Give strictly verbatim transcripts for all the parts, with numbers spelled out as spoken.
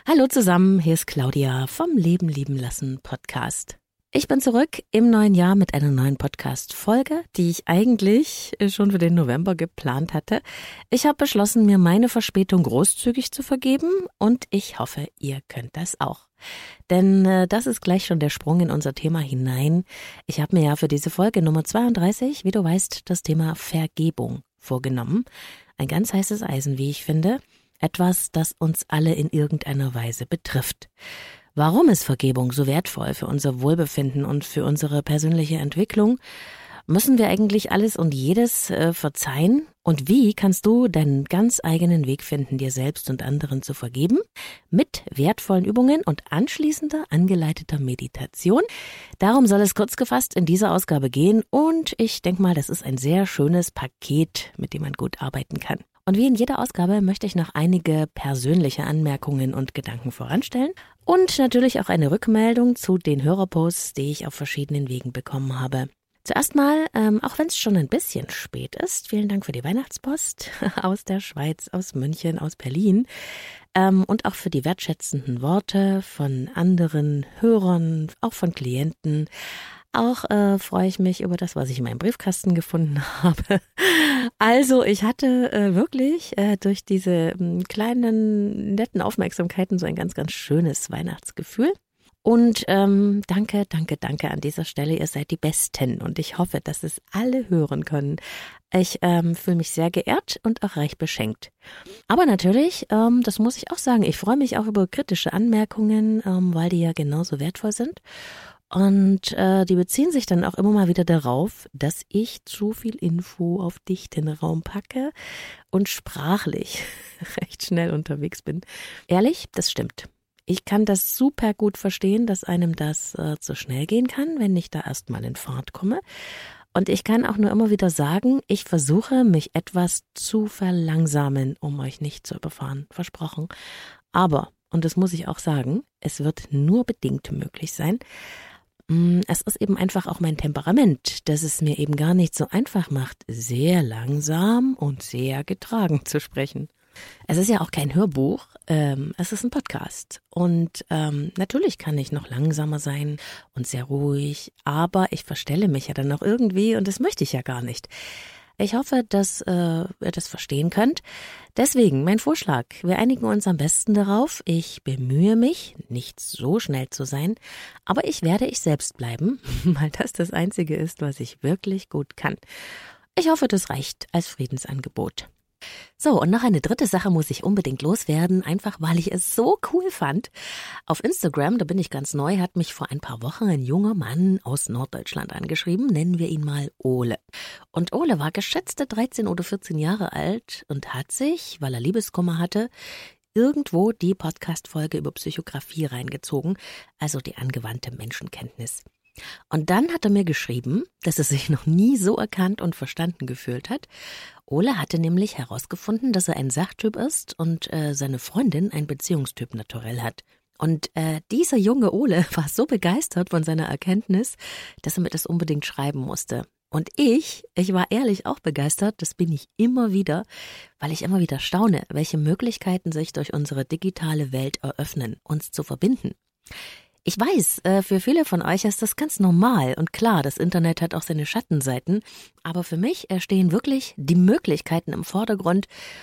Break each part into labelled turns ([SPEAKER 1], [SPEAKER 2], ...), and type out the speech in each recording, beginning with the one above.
[SPEAKER 1] Hallo zusammen, hier ist Claudia vom Leben lieben lassen Podcast. Ich bin zurück im neuen Jahr mit einer neuen Podcast-Folge, die ich eigentlich schon für den November geplant hatte. Ich habe beschlossen, mir meine Verspätung großzügig zu vergeben und ich hoffe, ihr könnt das auch. Denn äh, das ist gleich schon der Sprung in unser Thema hinein. Ich habe mir ja für diese Folge Nummer zweiunddreißig, wie du weißt, das Thema Vergebung vorgenommen. Ein ganz heißes Eisen, wie ich finde. Etwas, das uns alle in irgendeiner Weise betrifft. Warum ist Vergebung so wertvoll für unser Wohlbefinden und für unsere persönliche Entwicklung? Müssen wir eigentlich alles und jedes äh, verzeihen? Und wie kannst du deinen ganz eigenen Weg finden, dir selbst und anderen zu vergeben? Mit wertvollen Übungen und anschließender angeleiteter Meditation. Darum soll es kurz gefasst in dieser Ausgabe gehen und ich denke mal, das ist ein sehr schönes Paket, mit dem man gut arbeiten kann. Und wie in jeder Ausgabe möchte ich noch einige persönliche Anmerkungen und Gedanken voranstellen und natürlich auch eine Rückmeldung zu den Hörerposts, die ich auf verschiedenen Wegen bekommen habe. Zuerst mal, ähm, auch wenn es schon ein bisschen spät ist, vielen Dank für die Weihnachtspost aus der Schweiz, aus München, aus Berlin ähm, und auch für die wertschätzenden Worte von anderen Hörern, auch von Klienten. Auch äh, freue ich mich über das, was ich in meinem Briefkasten gefunden habe. Also ich hatte äh, wirklich äh, durch diese äh, kleinen, netten Aufmerksamkeiten so ein ganz, ganz schönes Weihnachtsgefühl. Und ähm, danke, danke, danke an dieser Stelle. Ihr seid die Besten und ich hoffe, dass es alle hören können. Ich ähm, fühle mich sehr geehrt und auch reich beschenkt. Aber natürlich, ähm, das muss ich auch sagen, ich freue mich auch über kritische Anmerkungen, ähm, weil die ja genauso wertvoll sind. Und äh, die beziehen sich dann auch immer mal wieder darauf, dass ich zu viel Info auf dichten Raum packe und sprachlich recht schnell unterwegs bin. Ehrlich, das stimmt. Ich kann das super gut verstehen, dass einem das äh, zu schnell gehen kann, wenn ich da erstmal in Fahrt komme. Und ich kann auch nur immer wieder sagen, ich versuche, mich etwas zu verlangsamen, um euch nicht zu überfahren. Versprochen. Aber, und das muss ich auch sagen, es wird nur bedingt möglich sein. Es ist eben einfach auch mein Temperament, dass es mir eben gar nicht so einfach macht, sehr langsam und sehr getragen zu sprechen. Es ist ja auch kein Hörbuch, ähm, es ist ein Podcast und ähm, natürlich kann ich noch langsamer sein und sehr ruhig, aber ich verstelle mich ja dann auch irgendwie und das möchte ich ja gar nicht. Ich hoffe, dass äh, ihr das verstehen könnt. Deswegen mein Vorschlag, wir einigen uns am besten darauf. Ich bemühe mich, nicht so schnell zu sein, aber ich werde ich selbst bleiben, weil das das Einzige ist, was ich wirklich gut kann. Ich hoffe, das reicht als Friedensangebot. So, und noch eine dritte Sache muss ich unbedingt loswerden, einfach weil ich es so cool fand. Auf Instagram, da bin ich ganz neu, hat mich vor ein paar Wochen ein junger Mann aus Norddeutschland angeschrieben, nennen wir ihn mal Ole. Und Ole war geschätzte dreizehn oder vierzehn Jahre alt und hat sich, weil er Liebeskummer hatte, irgendwo die Podcast-Folge über Psychografie reingezogen, also die angewandte Menschenkenntnis. Und dann hat er mir geschrieben, dass er sich noch nie so erkannt und verstanden gefühlt hat. Ole hatte nämlich herausgefunden, dass er ein Sachtyp ist und äh, seine Freundin ein Beziehungstyp naturell hat. Und äh, dieser junge Ole war so begeistert von seiner Erkenntnis, dass er mir das unbedingt schreiben musste. Und ich, ich war ehrlich auch begeistert, das bin ich immer wieder, weil ich immer wieder staune, welche Möglichkeiten sich durch unsere digitale Welt eröffnen, uns zu verbinden. Ich weiß, für viele von euch ist das ganz normal und klar, das Internet hat auch seine Schattenseiten, aber für mich stehen wirklich die Möglichkeiten im Vordergrund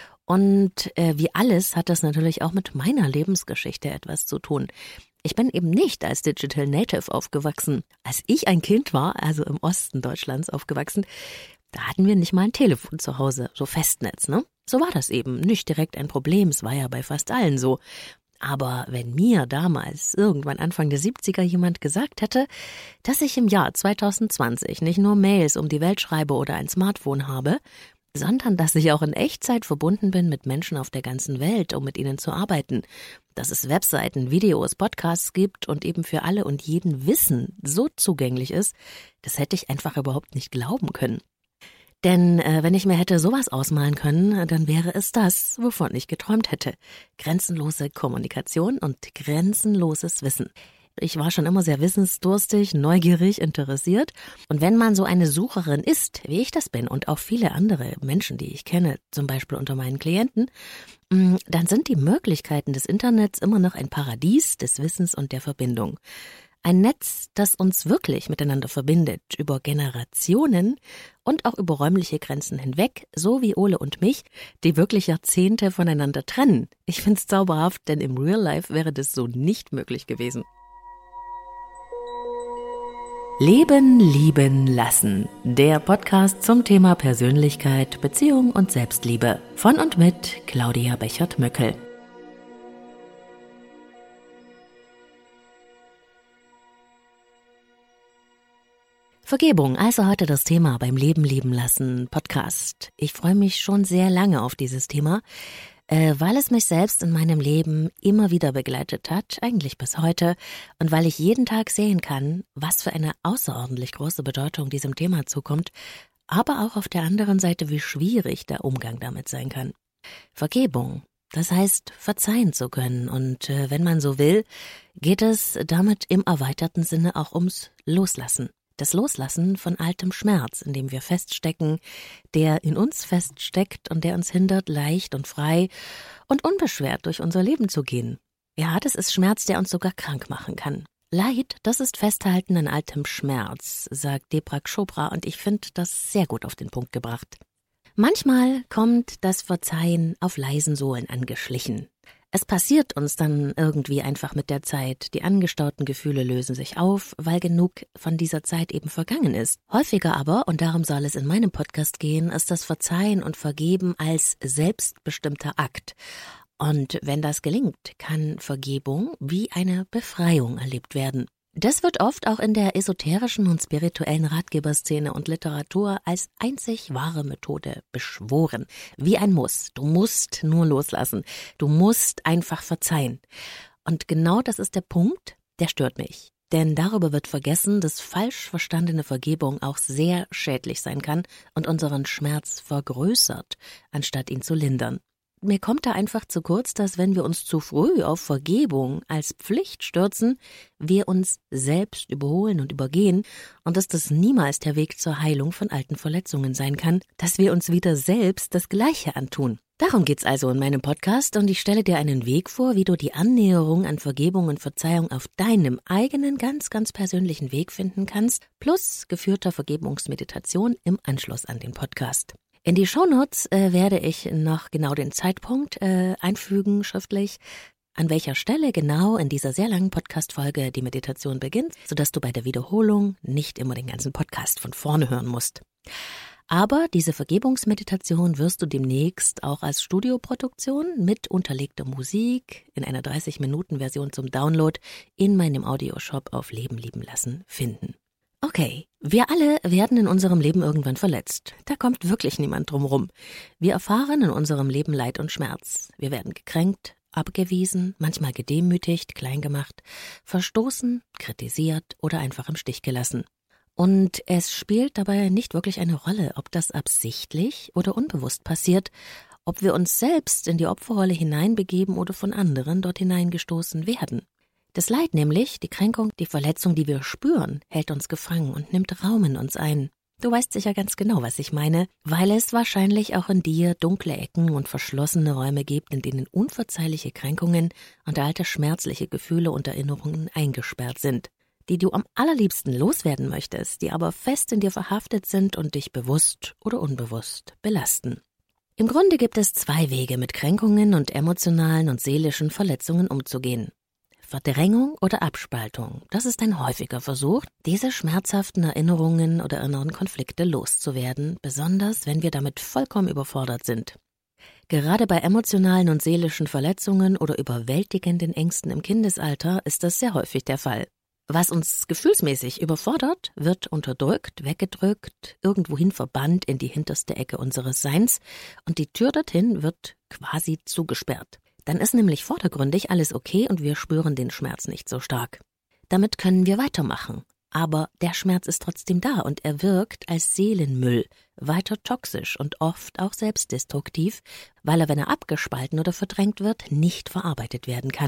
[SPEAKER 1] und wie alles hat das natürlich auch mit meiner Lebensgeschichte etwas zu tun. Ich bin eben nicht als Digital Native aufgewachsen. Als ich ein Kind war, also im Osten Deutschlands aufgewachsen, da hatten wir nicht mal ein Telefon zu Hause, so Festnetz, ne? So war das eben, nicht direkt ein Problem, es war ja bei fast allen so. Aber wenn mir damals irgendwann Anfang der siebziger jemand gesagt hätte, dass ich im Jahr zwanzig zwanzig nicht nur Mails um die Welt schreibe oder ein Smartphone habe, sondern dass ich auch in Echtzeit verbunden bin mit Menschen auf der ganzen Welt, um mit ihnen zu arbeiten, dass es Webseiten, Videos, Podcasts gibt und eben für alle und jeden Wissen so zugänglich ist, das hätte ich einfach überhaupt nicht glauben können. Denn äh, wenn ich mir hätte sowas ausmalen können, dann wäre es das, wovon ich geträumt hätte. Grenzenlose Kommunikation und grenzenloses Wissen. Ich war schon immer sehr wissensdurstig, neugierig, interessiert. Und wenn man so eine Sucherin ist, wie ich das bin und auch viele andere Menschen, die ich kenne, zum Beispiel unter meinen Klienten, dann sind die Möglichkeiten des Internets immer noch ein Paradies des Wissens und der Verbindung. Ein Netz, das uns wirklich miteinander verbindet, über Generationen und auch über räumliche Grenzen hinweg, so wie Ole und mich, die wirklich Jahrzehnte voneinander trennen. Ich find's zauberhaft, denn im Real Life wäre das so nicht möglich gewesen. Leben, lieben, lassen. Der Podcast zum Thema Persönlichkeit, Beziehung und Selbstliebe. Von und mit Claudia Bechert-Möckel. Vergebung, also heute das Thema beim Leben, lieben, lassen Podcast. Ich freue mich schon sehr lange auf dieses Thema, äh, weil es mich selbst in meinem Leben immer wieder begleitet hat, eigentlich bis heute, und weil ich jeden Tag sehen kann, was für eine außerordentlich große Bedeutung diesem Thema zukommt, aber auch auf der anderen Seite, wie schwierig der Umgang damit sein kann. Vergebung, das heißt, verzeihen zu können, und äh, wenn man so will, geht es damit im erweiterten Sinne auch ums Loslassen. Das Loslassen von altem Schmerz, in dem wir feststecken, der in uns feststeckt und der uns hindert, leicht und frei und unbeschwert durch unser Leben zu gehen. Ja, das ist Schmerz, der uns sogar krank machen kann. Leid, das ist Festhalten an altem Schmerz, sagt Deepak Chopra, und ich finde das sehr gut auf den Punkt gebracht. Manchmal kommt das Verzeihen auf leisen Sohlen angeschlichen. Es passiert uns dann irgendwie einfach mit der Zeit. Die angestauten Gefühle lösen sich auf, weil genug von dieser Zeit eben vergangen ist. Häufiger aber, und darum soll es in meinem Podcast gehen, ist das Verzeihen und Vergeben als selbstbestimmter Akt. Und wenn das gelingt, kann Vergebung wie eine Befreiung erlebt werden. Das wird oft auch in der esoterischen und spirituellen Ratgeberszene und Literatur als einzig wahre Methode beschworen. Wie ein Muss. Du musst nur loslassen. Du musst einfach verzeihen. Und genau das ist der Punkt, der stört mich. Denn darüber wird vergessen, dass falsch verstandene Vergebung auch sehr schädlich sein kann und unseren Schmerz vergrößert, anstatt ihn zu lindern. Mir kommt da einfach zu kurz, dass wenn wir uns zu früh auf Vergebung als Pflicht stürzen, wir uns selbst überholen und übergehen und dass das niemals der Weg zur Heilung von alten Verletzungen sein kann, dass wir uns wieder selbst das Gleiche antun. Darum geht's also in meinem Podcast, und ich stelle dir einen Weg vor, wie du die Annäherung an Vergebung und Verzeihung auf deinem eigenen, ganz, ganz persönlichen Weg finden kannst, plus geführter Vergebungsmeditation im Anschluss an den Podcast. In die Shownotes äh, werde ich noch genau den Zeitpunkt äh, einfügen, schriftlich, an welcher Stelle genau in dieser sehr langen Podcast-Folge die Meditation beginnt, sodass du bei der Wiederholung nicht immer den ganzen Podcast von vorne hören musst. Aber diese Vergebungsmeditation wirst du demnächst auch als Studioproduktion mit unterlegter Musik in einer dreißig-Minuten-Version zum Download in meinem Audioshop auf Leben, lieben, lassen finden. Okay, wir alle werden in unserem Leben irgendwann verletzt. Da kommt wirklich niemand drum rum. Wir erfahren in unserem Leben Leid und Schmerz. Wir werden gekränkt, abgewiesen, manchmal gedemütigt, kleingemacht, verstoßen, kritisiert oder einfach im Stich gelassen. Und es spielt dabei nicht wirklich eine Rolle, ob das absichtlich oder unbewusst passiert, ob wir uns selbst in die Opferrolle hineinbegeben oder von anderen dort hineingestoßen werden. Das Leid nämlich, die Kränkung, die Verletzung, die wir spüren, hält uns gefangen und nimmt Raum in uns ein. Du weißt sicher ganz genau, was ich meine, weil es wahrscheinlich auch in dir dunkle Ecken und verschlossene Räume gibt, in denen unverzeihliche Kränkungen und alte schmerzliche Gefühle und Erinnerungen eingesperrt sind, die du am allerliebsten loswerden möchtest, die aber fest in dir verhaftet sind und dich bewusst oder unbewusst belasten. Im Grunde gibt es zwei Wege, mit Kränkungen und emotionalen und seelischen Verletzungen umzugehen. Verdrängung oder Abspaltung, das ist ein häufiger Versuch, diese schmerzhaften Erinnerungen oder inneren Konflikte loszuwerden, besonders wenn wir damit vollkommen überfordert sind. Gerade bei emotionalen und seelischen Verletzungen oder überwältigenden Ängsten im Kindesalter ist das sehr häufig der Fall. Was uns gefühlsmäßig überfordert, wird unterdrückt, weggedrückt, irgendwohin verbannt in die hinterste Ecke unseres Seins, und die Tür dorthin wird quasi zugesperrt. Dann ist nämlich vordergründig alles okay und wir spüren den Schmerz nicht so stark. Damit können wir weitermachen. Aber der Schmerz ist trotzdem da und er wirkt als Seelenmüll, weiter toxisch und oft auch selbstdestruktiv, weil er, wenn er abgespalten oder verdrängt wird, nicht verarbeitet werden kann.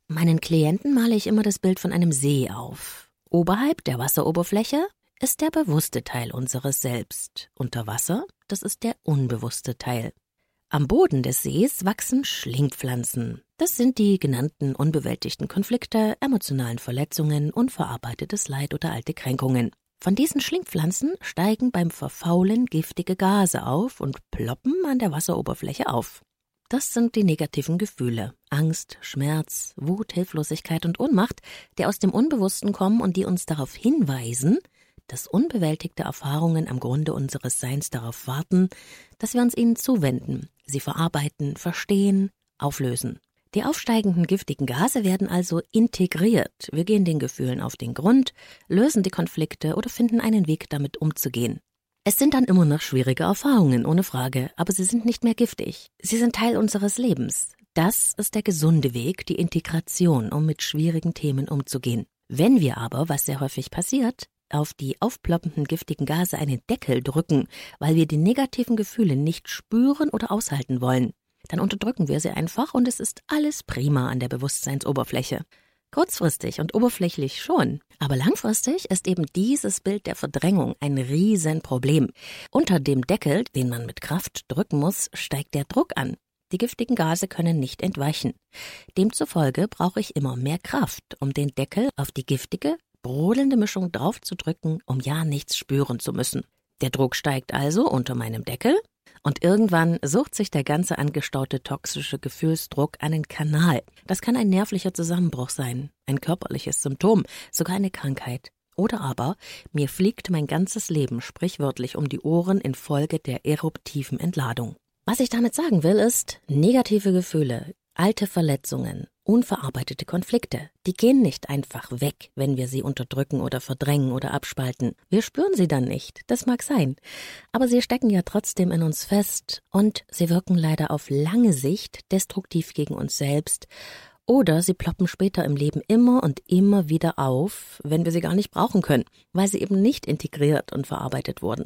[SPEAKER 1] Meinen Klienten male ich immer das Bild von einem See auf. Oberhalb der Wasseroberfläche ist der bewusste Teil unseres Selbst. Unter Wasser, das ist der unbewusste Teil. Am Boden des Sees wachsen Schlingpflanzen. Das sind die genannten unbewältigten Konflikte, emotionalen Verletzungen, unverarbeitetes Leid oder alte Kränkungen. Von diesen Schlingpflanzen steigen beim Verfaulen giftige Gase auf und ploppen an der Wasseroberfläche auf. Das sind die negativen Gefühle, Angst, Schmerz, Wut, Hilflosigkeit und Ohnmacht, die aus dem Unbewussten kommen und die uns darauf hinweisen, dass unbewältigte Erfahrungen am Grunde unseres Seins darauf warten, dass wir uns ihnen zuwenden, sie verarbeiten, verstehen, auflösen. Die aufsteigenden giftigen Gase werden also integriert. Wir gehen den Gefühlen auf den Grund, lösen die Konflikte oder finden einen Weg, damit umzugehen. Es sind dann immer noch schwierige Erfahrungen, ohne Frage, aber sie sind nicht mehr giftig. Sie sind Teil unseres Lebens. Das ist der gesunde Weg, die Integration, um mit schwierigen Themen umzugehen. Wenn wir aber, was sehr häufig passiert, auf die aufploppenden giftigen Gase einen Deckel drücken, weil wir die negativen Gefühle nicht spüren oder aushalten wollen, dann unterdrücken wir sie einfach und es ist alles prima an der Bewusstseinsoberfläche. Kurzfristig und oberflächlich schon, aber langfristig ist eben dieses Bild der Verdrängung ein Riesenproblem. Unter dem Deckel, den man mit Kraft drücken muss, steigt der Druck an. Die giftigen Gase können nicht entweichen. Demzufolge brauche ich immer mehr Kraft, um den Deckel auf die giftige, brodelnde Mischung draufzudrücken, um ja nichts spüren zu müssen. Der Druck steigt also unter meinem Deckel und irgendwann sucht sich der ganze angestaute toxische Gefühlsdruck einen Kanal. Das kann ein nervlicher Zusammenbruch sein, ein körperliches Symptom, sogar eine Krankheit. Oder aber, mir fliegt mein ganzes Leben sprichwörtlich um die Ohren infolge der eruptiven Entladung. Was ich damit sagen will, ist, negative Gefühle, alte Verletzungen, unverarbeitete Konflikte, die gehen nicht einfach weg, wenn wir sie unterdrücken oder verdrängen oder abspalten. Wir spüren sie dann nicht, das mag sein. Aber sie stecken ja trotzdem in uns fest und sie wirken leider auf lange Sicht destruktiv gegen uns selbst oder sie ploppen später im Leben immer und immer wieder auf, wenn wir sie gar nicht brauchen können, weil sie eben nicht integriert und verarbeitet wurden.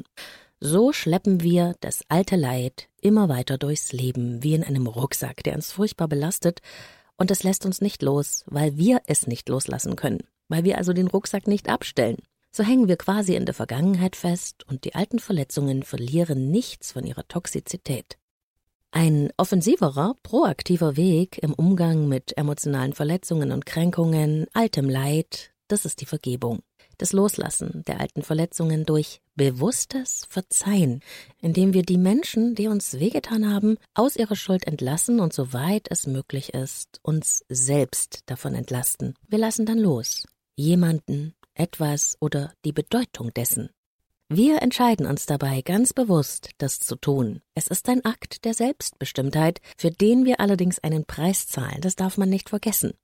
[SPEAKER 1] So schleppen wir das alte Leid immer weiter durchs Leben, wie in einem Rucksack, der uns furchtbar belastet. Und es lässt uns nicht los, weil wir es nicht loslassen können, weil wir also den Rucksack nicht abstellen. So hängen wir quasi in der Vergangenheit fest und die alten Verletzungen verlieren nichts von ihrer Toxizität. Ein offensiverer, proaktiver Weg im Umgang mit emotionalen Verletzungen und Kränkungen, altem Leid, das ist die Vergebung. Das Loslassen der alten Verletzungen durch bewusstes Verzeihen, indem wir die Menschen, die uns wehgetan haben, aus ihrer Schuld entlassen und soweit es möglich ist, uns selbst davon entlasten. Wir lassen dann los. Jemanden, etwas oder die Bedeutung dessen. Wir entscheiden uns dabei ganz bewusst, das zu tun. Es ist ein Akt der Selbstbestimmtheit, für den wir allerdings einen Preis zahlen. Das darf man nicht vergessen.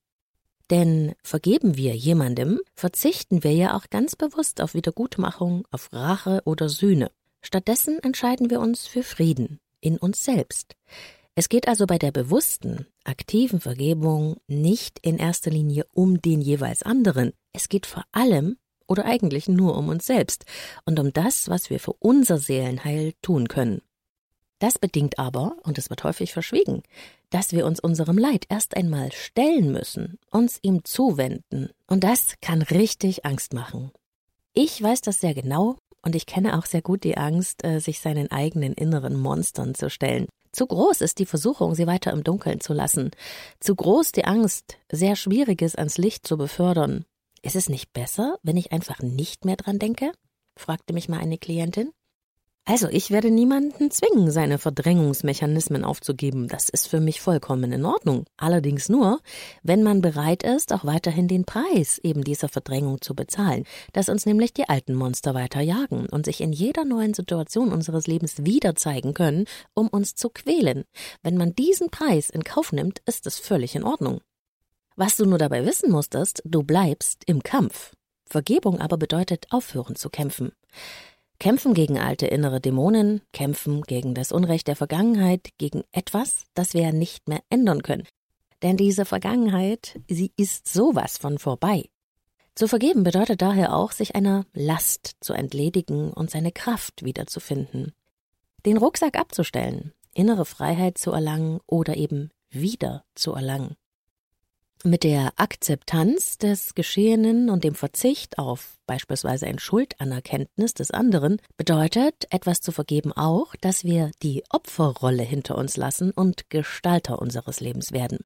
[SPEAKER 1] Denn vergeben wir jemandem, verzichten wir ja auch ganz bewusst auf Wiedergutmachung, auf Rache oder Sühne. Stattdessen entscheiden wir uns für Frieden in uns selbst. Es geht also bei der bewussten, aktiven Vergebung nicht in erster Linie um den jeweils anderen. Es geht vor allem oder eigentlich nur um uns selbst und um das, was wir für unser Seelenheil tun können. Das bedingt aber, und es wird häufig verschwiegen, dass wir uns unserem Leid erst einmal stellen müssen, uns ihm zuwenden. Und das kann richtig Angst machen. Ich weiß das sehr genau und ich kenne auch sehr gut die Angst, sich seinen eigenen inneren Monstern zu stellen. Zu groß ist die Versuchung, sie weiter im Dunkeln zu lassen. Zu groß die Angst, sehr Schwieriges ans Licht zu befördern. Ist es nicht besser, wenn ich einfach nicht mehr dran denke? Fragte mich mal eine Klientin. Also ich werde niemanden zwingen, seine Verdrängungsmechanismen aufzugeben. Das ist für mich vollkommen in Ordnung. Allerdings nur, wenn man bereit ist, auch weiterhin den Preis eben dieser Verdrängung zu bezahlen, dass uns nämlich die alten Monster weiter jagen und sich in jeder neuen Situation unseres Lebens wieder zeigen können, um uns zu quälen. Wenn man diesen Preis in Kauf nimmt, ist es völlig in Ordnung. Was du nur dabei wissen musst, ist, du bleibst im Kampf. Vergebung aber bedeutet, aufhören zu kämpfen. Kämpfen gegen alte innere Dämonen, kämpfen gegen das Unrecht der Vergangenheit, gegen etwas, das wir ja nicht mehr ändern können. Denn diese Vergangenheit, sie ist sowas von vorbei. Zu vergeben bedeutet daher auch, sich einer Last zu entledigen und seine Kraft wiederzufinden. Den Rucksack abzustellen, innere Freiheit zu erlangen oder eben wieder zu erlangen. Mit der Akzeptanz des Geschehenen und dem Verzicht auf beispielsweise ein Schuldanerkenntnis des anderen bedeutet etwas zu vergeben auch, dass wir die Opferrolle hinter uns lassen und Gestalter unseres Lebens werden.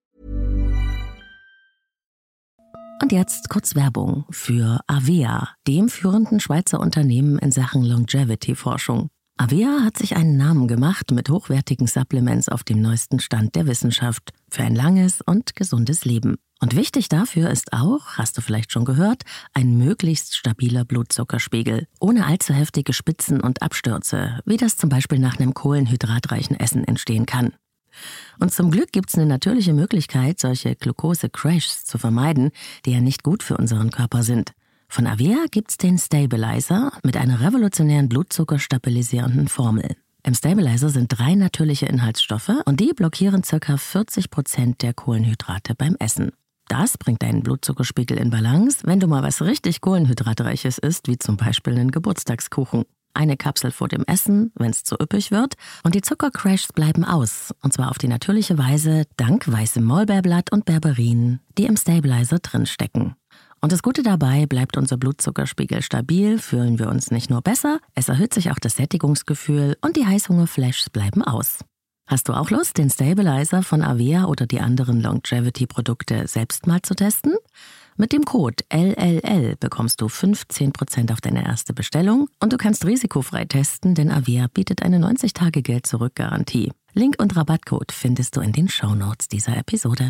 [SPEAKER 1] Und jetzt kurz Werbung für Avea, dem führenden Schweizer Unternehmen in Sachen Longevity-Forschung. Avea hat sich einen Namen gemacht mit hochwertigen Supplements auf dem neuesten Stand der Wissenschaft für ein langes und gesundes Leben. Und wichtig dafür ist auch, hast du vielleicht schon gehört, ein möglichst stabiler Blutzuckerspiegel, ohne allzu heftige Spitzen und Abstürze, wie das zum Beispiel nach einem kohlenhydratreichen Essen entstehen kann. Und zum Glück gibt's eine natürliche Möglichkeit, solche Glucose-Crashs zu vermeiden, die ja nicht gut für unseren Körper sind. Von Avea gibt's den Stabilizer mit einer revolutionären blutzuckerstabilisierenden Formel. Im Stabilizer sind drei natürliche Inhaltsstoffe und die blockieren ca. vierzig Prozent der Kohlenhydrate beim Essen. Das bringt deinen Blutzuckerspiegel in Balance, wenn du mal was richtig Kohlenhydratreiches isst, wie zum Beispiel einen Geburtstagskuchen. Eine Kapsel vor dem Essen, wenn es zu üppig wird, und die Zuckercrashs bleiben aus, und zwar auf die natürliche Weise dank weißem Maulbeerblatt und Berberin, die im Stabilizer drinstecken. Und das Gute dabei, bleibt unser Blutzuckerspiegel stabil, fühlen wir uns nicht nur besser, es erhöht sich auch das Sättigungsgefühl und die Heißhungerflashs bleiben aus. Hast du auch Lust, den Stabilizer von Avea oder die anderen Longevity-Produkte selbst mal zu testen? Mit dem Code L L L bekommst du fünfzehn Prozent auf deine erste Bestellung und du kannst risikofrei testen, denn Avea bietet eine neunzig Tage Geld-Zurück-Garantie. Link und Rabattcode findest du in den Shownotes dieser Episode.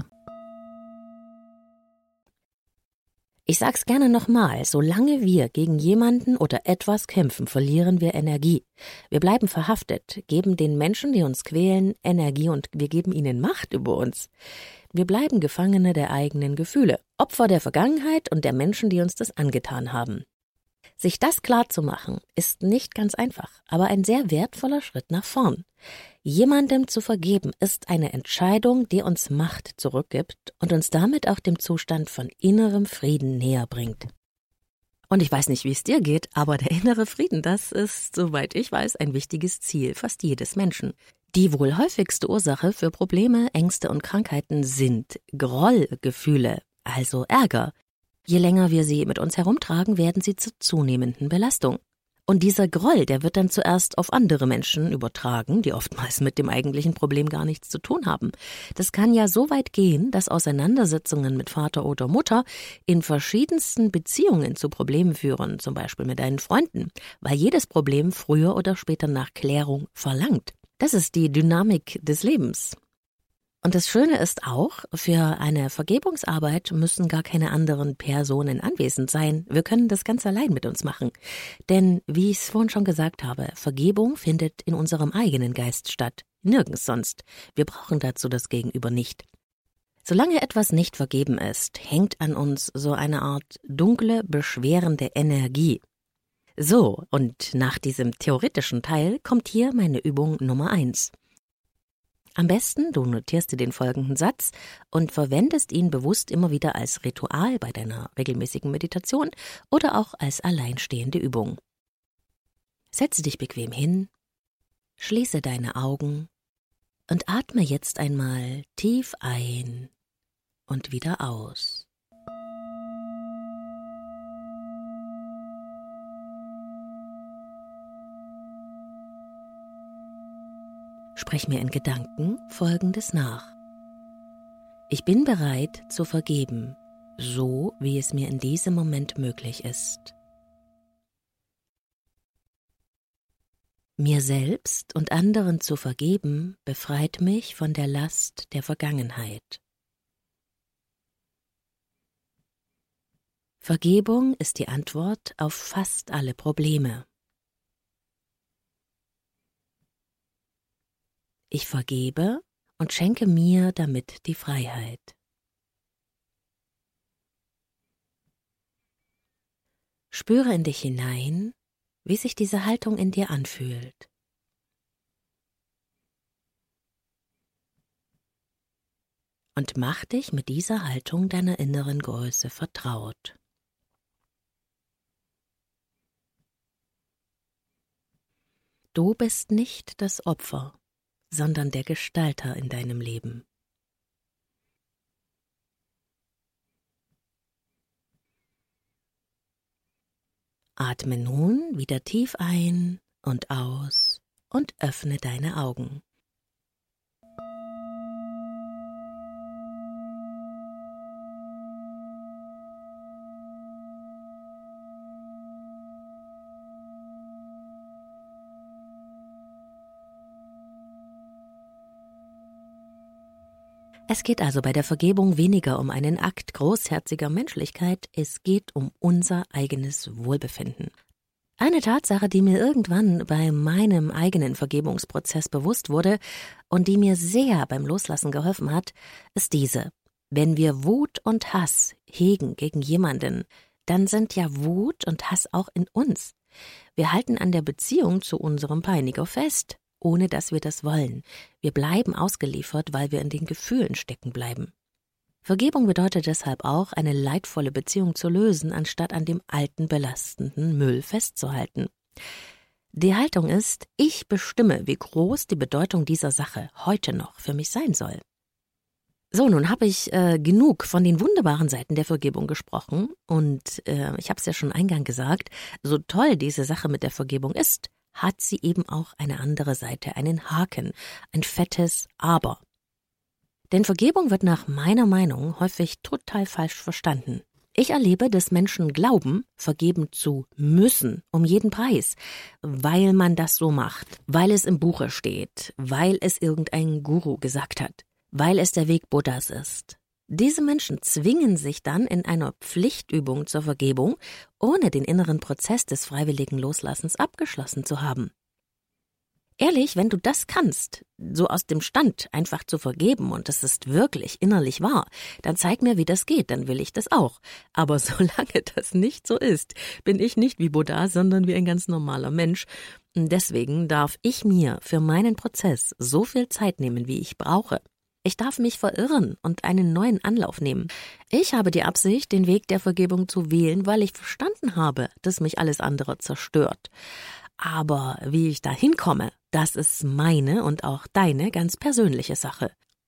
[SPEAKER 1] Ich sag's gerne nochmal, solange wir gegen jemanden oder etwas kämpfen, verlieren wir Energie. Wir bleiben verhaftet, geben den Menschen, die uns quälen, Energie und wir geben ihnen Macht über uns. Wir bleiben Gefangene der eigenen Gefühle, Opfer der Vergangenheit und der Menschen, die uns das angetan haben. Sich das klarzumachen, ist nicht ganz einfach, aber ein sehr wertvoller Schritt nach vorn. Jemandem zu vergeben, ist eine Entscheidung, die uns Macht zurückgibt und uns damit auch dem Zustand von innerem Frieden näher bringt. Und ich weiß nicht, wie es dir geht, aber der innere Frieden, das ist, soweit ich weiß, ein wichtiges Ziel fast jedes Menschen. Die wohl häufigste Ursache für Probleme, Ängste und Krankheiten sind Grollgefühle, also Ärger. Je länger wir sie mit uns herumtragen, werden sie zur zunehmenden Belastung. Und dieser Groll, der wird dann zuerst auf andere Menschen übertragen, die oftmals mit dem eigentlichen Problem gar nichts zu tun haben. Das kann ja so weit gehen, dass Auseinandersetzungen mit Vater oder Mutter in verschiedensten Beziehungen zu Problemen führen, zum Beispiel mit deinen Freunden, weil jedes Problem früher oder später nach Klärung verlangt. Das ist die Dynamik des Lebens. Und das Schöne ist auch, für eine Vergebungsarbeit müssen gar keine anderen Personen anwesend sein. Wir können das ganz allein mit uns machen. Denn, wie ich es vorhin schon gesagt habe, Vergebung findet in unserem eigenen Geist statt, nirgends sonst. Wir brauchen dazu das Gegenüber nicht. Solange etwas nicht vergeben ist, hängt an uns so eine Art dunkle, beschwerende Energie. So, und nach diesem theoretischen Teil kommt hier meine Übung Nummer eins. Am besten, du notierst dir den folgenden Satz und verwendest ihn bewusst immer wieder als Ritual bei deiner regelmäßigen Meditation oder auch als alleinstehende Übung. Setze dich bequem hin, schließe deine Augen und atme jetzt einmal tief ein und wieder aus. Sprech mir in Gedanken Folgendes nach. Ich bin bereit zu vergeben, so wie es mir in diesem Moment möglich ist. Mir selbst und anderen zu vergeben, befreit mich von der Last der Vergangenheit. Vergebung ist die Antwort auf fast alle Probleme. Ich vergebe und schenke mir damit die Freiheit. Spüre in dich hinein, wie sich diese Haltung in dir anfühlt. Und mach dich mit dieser Haltung deiner inneren Größe vertraut. Du bist nicht das Opfer, sondern der Gestalter in deinem Leben. Atme nun wieder tief ein und aus und öffne deine Augen. Es geht also bei der Vergebung weniger um einen Akt großherziger Menschlichkeit, es geht um unser eigenes Wohlbefinden. Eine Tatsache, die mir irgendwann bei meinem eigenen Vergebungsprozess bewusst wurde und die mir sehr beim Loslassen geholfen hat, ist diese: Wenn wir Wut und Hass hegen gegen jemanden, dann sind ja Wut und Hass auch in uns. Wir halten an der Beziehung zu unserem Peiniger fest, ohne dass wir das wollen. Wir bleiben ausgeliefert, weil wir in den Gefühlen stecken bleiben. Vergebung bedeutet deshalb auch, eine leidvolle Beziehung zu lösen, anstatt an dem alten, belastenden Müll festzuhalten. Die Haltung ist: Ich bestimme, wie groß die Bedeutung dieser Sache heute noch für mich sein soll. So, nun habe ich äh, genug von den wunderbaren Seiten der Vergebung gesprochen und äh, ich habe es ja schon eingangs gesagt, so toll diese Sache mit der Vergebung ist, hat sie eben auch eine andere Seite, einen Haken, ein fettes Aber. Denn Vergebung wird nach meiner Meinung häufig total falsch verstanden. Ich erlebe, dass Menschen glauben, vergeben zu müssen, um jeden Preis, weil man das so macht, weil es im Buche steht, weil es irgendein Guru gesagt hat, weil es der Weg Buddhas ist. Diese Menschen zwingen sich dann in einer Pflichtübung zur Vergebung, ohne den inneren Prozess des freiwilligen Loslassens abgeschlossen zu haben. Ehrlich, wenn du das kannst, so aus dem Stand einfach zu vergeben und das ist wirklich innerlich wahr, dann zeig mir, wie das geht, dann will ich das auch. Aber solange das nicht so ist, bin ich nicht wie Buddha, sondern wie ein ganz normaler Mensch. Und deswegen darf ich mir für meinen Prozess so viel Zeit nehmen, wie ich brauche. Ich darf mich verirren und einen neuen Anlauf nehmen. Ich habe die Absicht, den Weg der Vergebung zu wählen, weil ich verstanden habe, dass mich alles andere zerstört. Aber wie ich da hinkomme, das ist meine und auch deine ganz persönliche Sache.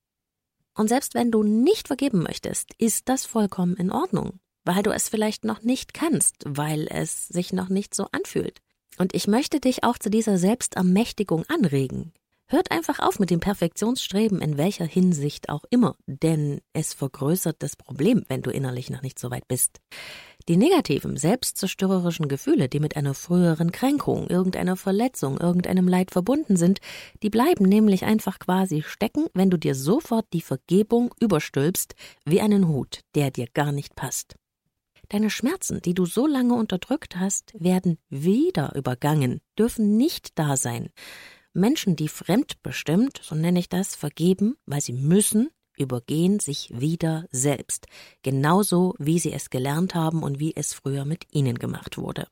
[SPEAKER 1] Und selbst wenn du nicht vergeben möchtest, ist das vollkommen in Ordnung, weil du es vielleicht noch nicht kannst, weil es sich noch nicht so anfühlt. Und ich möchte dich auch zu dieser Selbstermächtigung anregen. Hört einfach auf mit dem Perfektionsstreben, in welcher Hinsicht auch immer, denn es vergrößert das Problem, wenn du innerlich noch nicht so weit bist. Die negativen, selbstzerstörerischen Gefühle, die mit einer früheren Kränkung, irgendeiner Verletzung, irgendeinem Leid verbunden sind, die bleiben nämlich einfach quasi stecken, wenn du dir sofort die Vergebung überstülpst wie einen Hut, der dir gar nicht passt. Deine Schmerzen, die du so lange unterdrückt hast, werden wieder übergangen, dürfen nicht da sein. Menschen, die fremdbestimmt, so nenne ich das, vergeben, weil sie müssen, übergehen sich wieder selbst, genauso wie sie es gelernt haben und wie es früher mit ihnen gemacht wurde.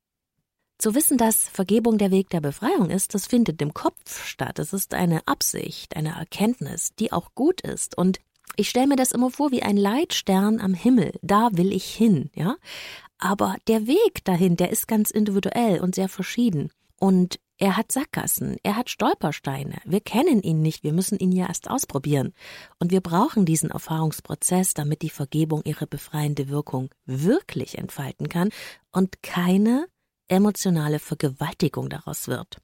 [SPEAKER 1] Zu wissen, dass Vergebung der Weg der Befreiung ist, das findet im Kopf statt. Es ist eine Absicht, eine Erkenntnis, die auch gut ist. Und ich stelle mir das immer vor wie ein Leitstern am Himmel. Da will ich hin, ja. Aber der Weg dahin, der ist ganz individuell und sehr verschieden. Und er hat Sackgassen, er hat Stolpersteine. Wir kennen ihn nicht, wir müssen ihn ja erst ausprobieren. Und wir brauchen diesen Erfahrungsprozess, damit die Vergebung ihre befreiende Wirkung wirklich entfalten kann und keine emotionale Vergewaltigung daraus wird.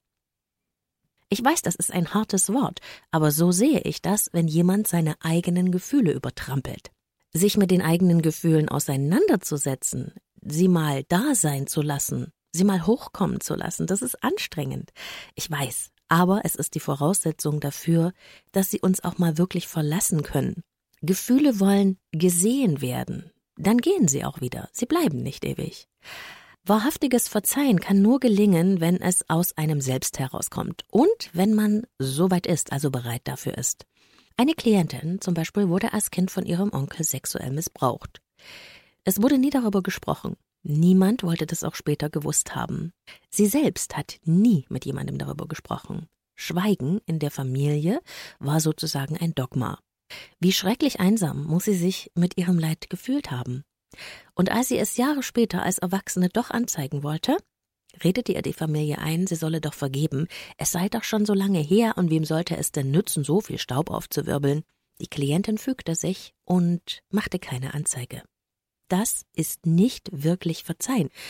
[SPEAKER 1] Ich weiß, das ist ein hartes Wort, aber so sehe ich das, wenn jemand seine eigenen Gefühle übertrampelt. Sich mit den eigenen Gefühlen auseinanderzusetzen, sie mal da sein zu lassen, sie mal hochkommen zu lassen, das ist anstrengend. Ich weiß, aber es ist die Voraussetzung dafür, dass sie uns auch mal wirklich verlassen können. Gefühle wollen gesehen werden, dann gehen sie auch wieder, sie bleiben nicht ewig. Wahrhaftiges Verzeihen kann nur gelingen, wenn es aus einem selbst herauskommt und wenn man so weit ist, also bereit dafür ist. Eine Klientin zum Beispiel wurde als Kind von ihrem Onkel sexuell missbraucht. Es wurde nie darüber gesprochen. Niemand wollte das auch später gewusst haben. Sie selbst hat nie mit jemandem darüber gesprochen. Schweigen in der Familie war sozusagen ein Dogma. Wie schrecklich einsam muss sie sich mit ihrem Leid gefühlt haben. Und als sie es Jahre später als Erwachsene doch anzeigen wollte, redete ihr die Familie ein, sie solle doch vergeben. Es sei doch schon so lange her und wem sollte es denn nützen, so viel Staub aufzuwirbeln? Die Klientin fügte sich und machte keine Anzeige. Das ist nicht wirklich Verzeihen.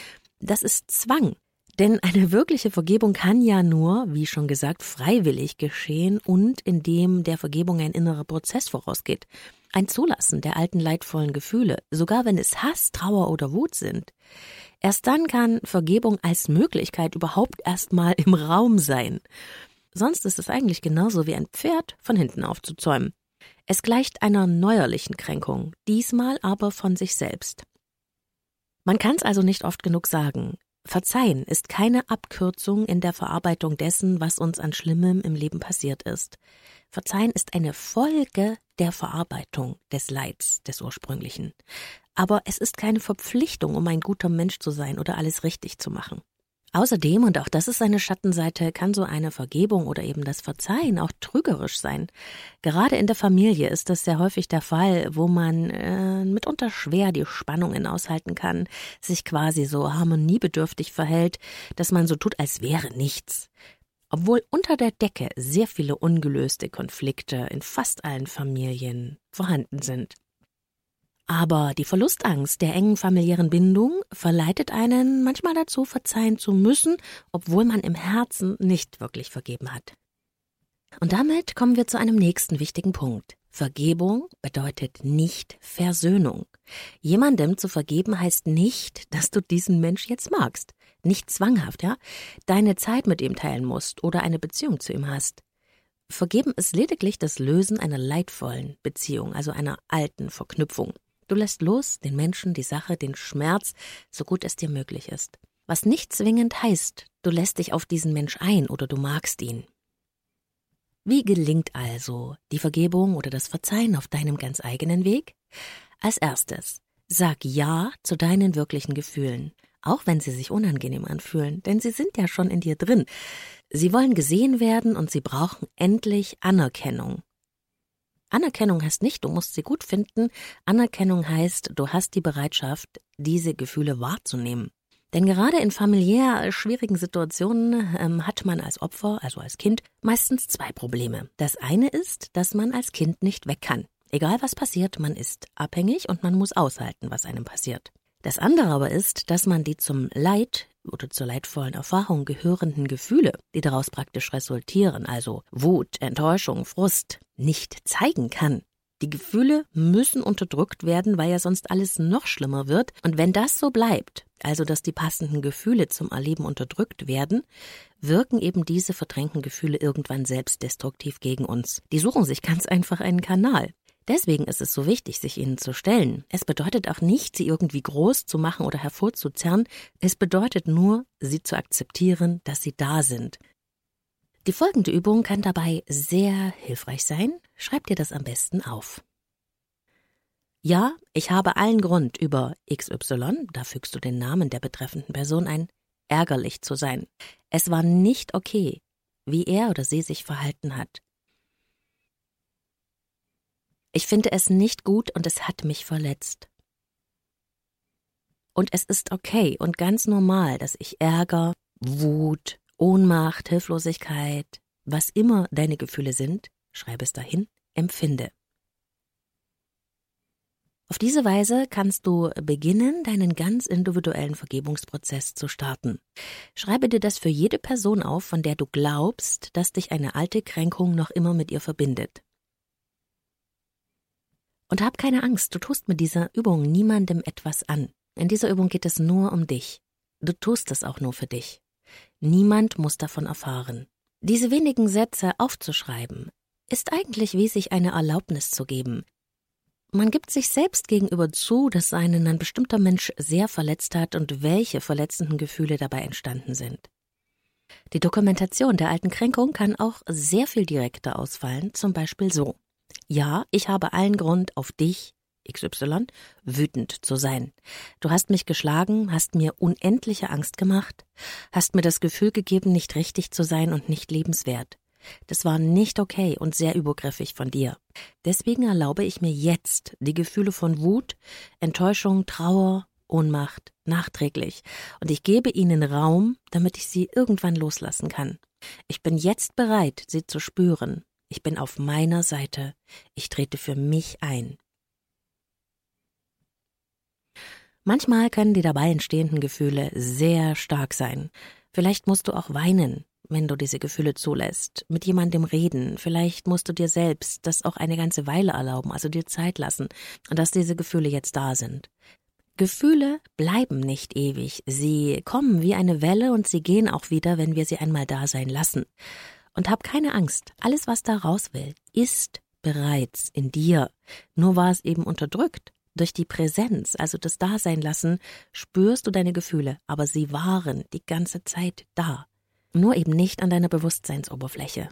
[SPEAKER 1] Das ist Zwang. Denn eine wirkliche Vergebung kann ja nur, wie schon gesagt, freiwillig geschehen und indem der Vergebung ein innerer Prozess vorausgeht. Ein Zulassen der alten leidvollen Gefühle, sogar wenn es Hass, Trauer oder Wut sind. Erst dann kann Vergebung als Möglichkeit überhaupt erstmal im Raum sein. Sonst ist es eigentlich genauso wie ein Pferd von hinten aufzuzäumen. Es gleicht einer neuerlichen Kränkung, diesmal aber von sich selbst. Man kann es also nicht oft genug sagen. Verzeihen ist keine Abkürzung in der Verarbeitung dessen, was uns an Schlimmem im Leben passiert ist. Verzeihen ist eine Folge der Verarbeitung des Leids, des Ursprünglichen. Aber es ist keine Verpflichtung, um ein guter Mensch zu sein oder alles richtig zu machen. Außerdem, und auch das ist eine Schattenseite, kann so eine Vergebung oder eben das Verzeihen auch trügerisch sein. Gerade in der Familie ist das sehr häufig der Fall, wo man äh, mitunter schwer die Spannungen aushalten kann, sich quasi so harmoniebedürftig verhält, dass man so tut, als wäre nichts. Obwohl unter der Decke sehr viele ungelöste Konflikte in fast allen Familien vorhanden sind. Aber die Verlustangst der engen familiären Bindung verleitet einen manchmal dazu, verzeihen zu müssen, obwohl man im Herzen nicht wirklich vergeben hat. Und damit kommen wir zu einem nächsten wichtigen Punkt. Vergebung bedeutet nicht Versöhnung. Jemandem zu vergeben heißt nicht, dass du diesen Mensch jetzt magst. Nicht zwanghaft, ja, deine Zeit mit ihm teilen musst oder eine Beziehung zu ihm hast. Vergeben ist lediglich das Lösen einer leidvollen Beziehung, also einer alten Verknüpfung. Du lässt los, den Menschen, die Sache, den Schmerz, so gut es dir möglich ist. Was nicht zwingend heißt, du lässt dich auf diesen Mensch ein oder du magst ihn. Wie gelingt also die Vergebung oder das Verzeihen auf deinem ganz eigenen Weg? Als erstes, sag Ja zu deinen wirklichen Gefühlen, auch wenn sie sich unangenehm anfühlen, denn sie sind ja schon in dir drin. Sie wollen gesehen werden und sie brauchen endlich Anerkennung. Anerkennung heißt nicht, du musst sie gut finden. Anerkennung heißt, du hast die Bereitschaft, diese Gefühle wahrzunehmen. Denn gerade in familiär schwierigen Situationen ähm, hat man als Opfer, also als Kind, meistens zwei Probleme. Das eine ist, dass man als Kind nicht weg kann. Egal was passiert, man ist abhängig und man muss aushalten, was einem passiert. Das andere aber ist, dass man die zum Leid oder zur leidvollen Erfahrung gehörenden Gefühle, die daraus praktisch resultieren, also Wut, Enttäuschung, Frust, nicht zeigen kann. Die Gefühle müssen unterdrückt werden, weil ja sonst alles noch schlimmer wird. Und wenn das so bleibt, also dass die passenden Gefühle zum Erleben unterdrückt werden, wirken eben diese verdrängten Gefühle irgendwann selbstdestruktiv gegen uns. Die suchen sich ganz einfach einen Kanal. Deswegen ist es so wichtig, sich ihnen zu stellen. Es bedeutet auch nicht, sie irgendwie groß zu machen oder hervorzuzerren. Es bedeutet nur, sie zu akzeptieren, dass sie da sind. Die folgende Übung kann dabei sehr hilfreich sein. Schreib dir das am besten auf. Ja, ich habe allen Grund, über X Y, da fügst du den Namen der betreffenden Person ein, ärgerlich zu sein. Es war nicht okay, wie er oder sie sich verhalten hat. Ich finde es nicht gut und es hat mich verletzt. Und es ist okay und ganz normal, dass ich Ärger, Wut, Ohnmacht, Hilflosigkeit, was immer deine Gefühle sind, schreibe es dahin, empfinde. Auf diese Weise kannst du beginnen, deinen ganz individuellen Vergebungsprozess zu starten. Schreibe dir das für jede Person auf, von der du glaubst, dass dich eine alte Kränkung noch immer mit ihr verbindet. Und hab keine Angst, du tust mit dieser Übung niemandem etwas an. In dieser Übung geht es nur um dich. Du tust es auch nur für dich. Niemand muss davon erfahren. Diese wenigen Sätze aufzuschreiben, ist eigentlich wie sich eine Erlaubnis zu geben. Man gibt sich selbst gegenüber zu, dass einen ein bestimmter Mensch sehr verletzt hat und welche verletzenden Gefühle dabei entstanden sind. Die Dokumentation der alten Kränkung kann auch sehr viel direkter ausfallen, zum Beispiel so. Ja, ich habe allen Grund, auf dich, X Y, wütend zu sein. Du hast mich geschlagen, hast mir unendliche Angst gemacht, hast mir das Gefühl gegeben, nicht richtig zu sein und nicht lebenswert. Das war nicht okay und sehr übergriffig von dir. Deswegen erlaube ich mir jetzt die Gefühle von Wut, Enttäuschung, Trauer, Ohnmacht nachträglich und ich gebe ihnen Raum, damit ich sie irgendwann loslassen kann. Ich bin jetzt bereit, sie zu spüren. Ich bin auf meiner Seite. Ich trete für mich ein. Manchmal können die dabei entstehenden Gefühle sehr stark sein. Vielleicht musst du auch weinen, wenn du diese Gefühle zulässt, mit jemandem reden. Vielleicht musst du dir selbst das auch eine ganze Weile erlauben, also dir Zeit lassen, dass diese Gefühle jetzt da sind. Gefühle bleiben nicht ewig. Sie kommen wie eine Welle und sie gehen auch wieder, wenn wir sie einmal da sein lassen. Und hab keine Angst. Alles, was da raus will, ist bereits in dir. Nur war es eben unterdrückt. Durch die Präsenz, also das Daseinlassen, spürst du deine Gefühle, aber sie waren die ganze Zeit da. Nur eben nicht an deiner Bewusstseinsoberfläche.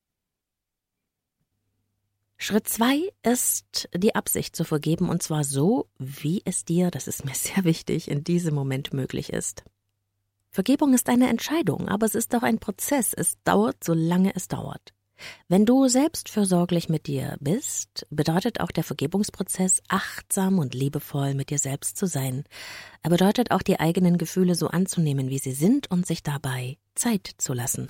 [SPEAKER 1] Schritt zwei ist, die Absicht zu vergeben, und zwar so, wie es dir, das ist mir sehr wichtig, in diesem Moment möglich ist. Vergebung ist eine Entscheidung, aber es ist auch ein Prozess. Es dauert, solange es dauert. Wenn du selbstfürsorglich mit dir bist, bedeutet auch der Vergebungsprozess, achtsam und liebevoll mit dir selbst zu sein. Er bedeutet auch, die eigenen Gefühle so anzunehmen, wie sie sind und sich dabei Zeit zu lassen.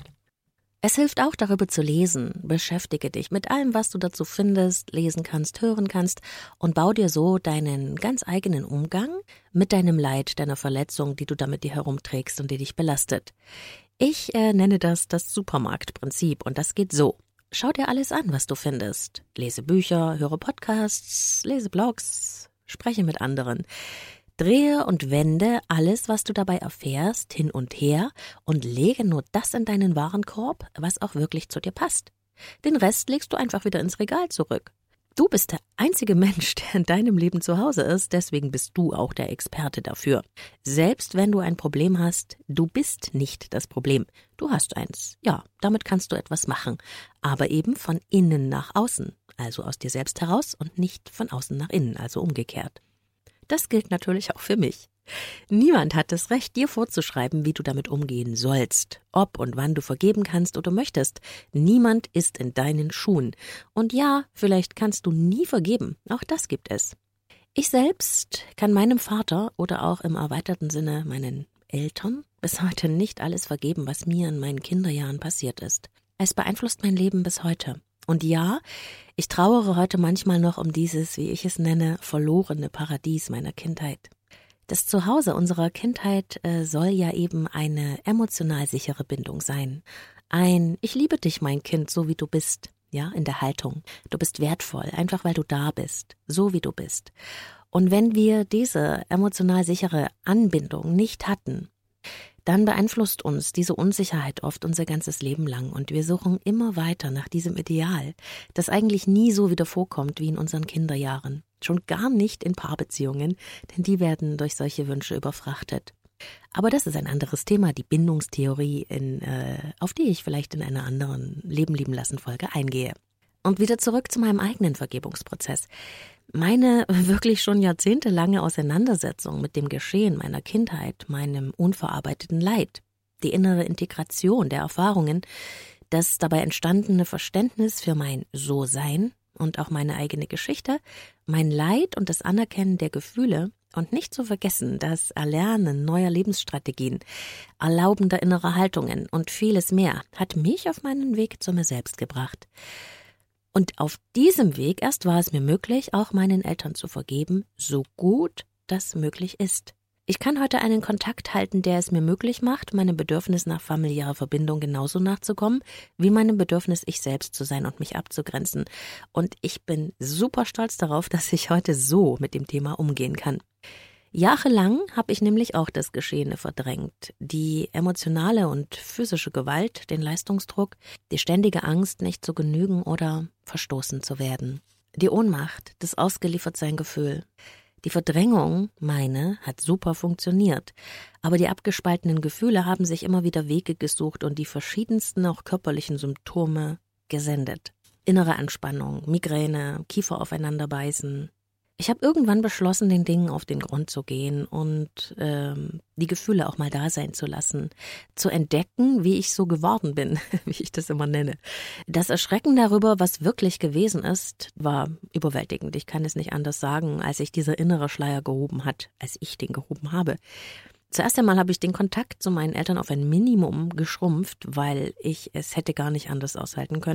[SPEAKER 1] Es hilft auch, darüber zu lesen. Beschäftige dich mit allem, was du dazu findest, lesen kannst, hören kannst und bau dir so deinen ganz eigenen Umgang mit deinem Leid, deiner Verletzung, die du da mit dir herumträgst und die dich belastet. Ich äh, nenne das das Supermarktprinzip und das geht so. Schau dir alles an, was du findest. Lese Bücher, höre Podcasts, lese Blogs, spreche mit anderen. Drehe und wende alles, was du dabei erfährst, hin und her und lege nur das in deinen Warenkorb, was auch wirklich zu dir passt. Den Rest legst du einfach wieder ins Regal zurück. Du bist der einzige Mensch, der in deinem Leben zu Hause ist, deswegen bist du auch der Experte dafür. Selbst wenn du ein Problem hast, du bist nicht das Problem. Du hast eins. Ja, damit kannst du etwas machen, aber eben von innen nach außen, also aus dir selbst heraus und nicht von außen nach innen, also umgekehrt. Das gilt natürlich auch für mich. Niemand hat das Recht, dir vorzuschreiben, wie du damit umgehen sollst, ob und wann du vergeben kannst oder möchtest. Niemand ist in deinen Schuhen. Und ja, vielleicht kannst du nie vergeben, auch das gibt es. Ich selbst kann meinem Vater oder auch im erweiterten Sinne meinen Eltern bis heute nicht alles vergeben, was mir in meinen Kinderjahren passiert ist. Es beeinflusst mein Leben bis heute. Und ja, ich trauere heute manchmal noch um dieses, wie ich es nenne, verlorene Paradies meiner Kindheit. Das Zuhause unserer Kindheit äh, soll ja eben eine emotional sichere Bindung sein. Ein Ich liebe dich, mein Kind, so wie du bist, ja, in der Haltung. Du bist wertvoll, einfach weil du da bist, so wie du bist. Und wenn wir diese emotional sichere Anbindung nicht hatten, dann beeinflusst uns diese Unsicherheit oft unser ganzes Leben lang und wir suchen immer weiter nach diesem Ideal, das eigentlich nie so wieder vorkommt wie in unseren Kinderjahren. Schon gar nicht in Paarbeziehungen, denn die werden durch solche Wünsche überfrachtet. Aber das ist ein anderes Thema, die Bindungstheorie, in, äh, auf die ich vielleicht in einer anderen Leben lieben lassen Folge eingehe. Und wieder zurück zu meinem eigenen Vergebungsprozess. Meine wirklich schon jahrzehntelange Auseinandersetzung mit dem Geschehen meiner Kindheit, meinem unverarbeiteten Leid, die innere Integration der Erfahrungen, das dabei entstandene Verständnis für mein So-Sein und auch meine eigene Geschichte, mein Leid und das Anerkennen der Gefühle und nicht zu vergessen das Erlernen neuer Lebensstrategien, erlaubender innerer Haltungen und vieles mehr hat mich auf meinen Weg zu mir selbst gebracht. Und auf diesem Weg erst war es mir möglich, auch meinen Eltern zu vergeben, so gut das möglich ist. Ich kann heute einen Kontakt halten, der es mir möglich macht, meinem Bedürfnis nach familiärer Verbindung genauso nachzukommen, wie meinem Bedürfnis, ich selbst zu sein und mich abzugrenzen. Und ich bin super stolz darauf, dass ich heute so mit dem Thema umgehen kann. Jahrelang habe ich nämlich auch das Geschehene verdrängt. Die emotionale und physische Gewalt, den Leistungsdruck, die ständige Angst, nicht zu genügen oder verstoßen zu werden. Die Ohnmacht, das Ausgeliefertsein-Gefühl. Die Verdrängung, meine, hat super funktioniert. Aber die abgespaltenen Gefühle haben sich immer wieder Wege gesucht und die verschiedensten, auch körperlichen Symptome gesendet. Innere Anspannung, Migräne, Kiefer aufeinanderbeißen. Ich habe irgendwann beschlossen, den Dingen auf den Grund zu gehen und ähm, die Gefühle auch mal da sein zu lassen, zu entdecken, wie ich so geworden bin, wie ich das immer nenne. Das Erschrecken darüber, was wirklich gewesen ist, war überwältigend. Ich kann es nicht anders sagen, als sich dieser innere Schleier gehoben hat, als ich den gehoben habe. Zuerst einmal habe ich den Kontakt zu meinen Eltern auf ein Minimum geschrumpft, weil ich es hätte gar nicht anders aushalten können.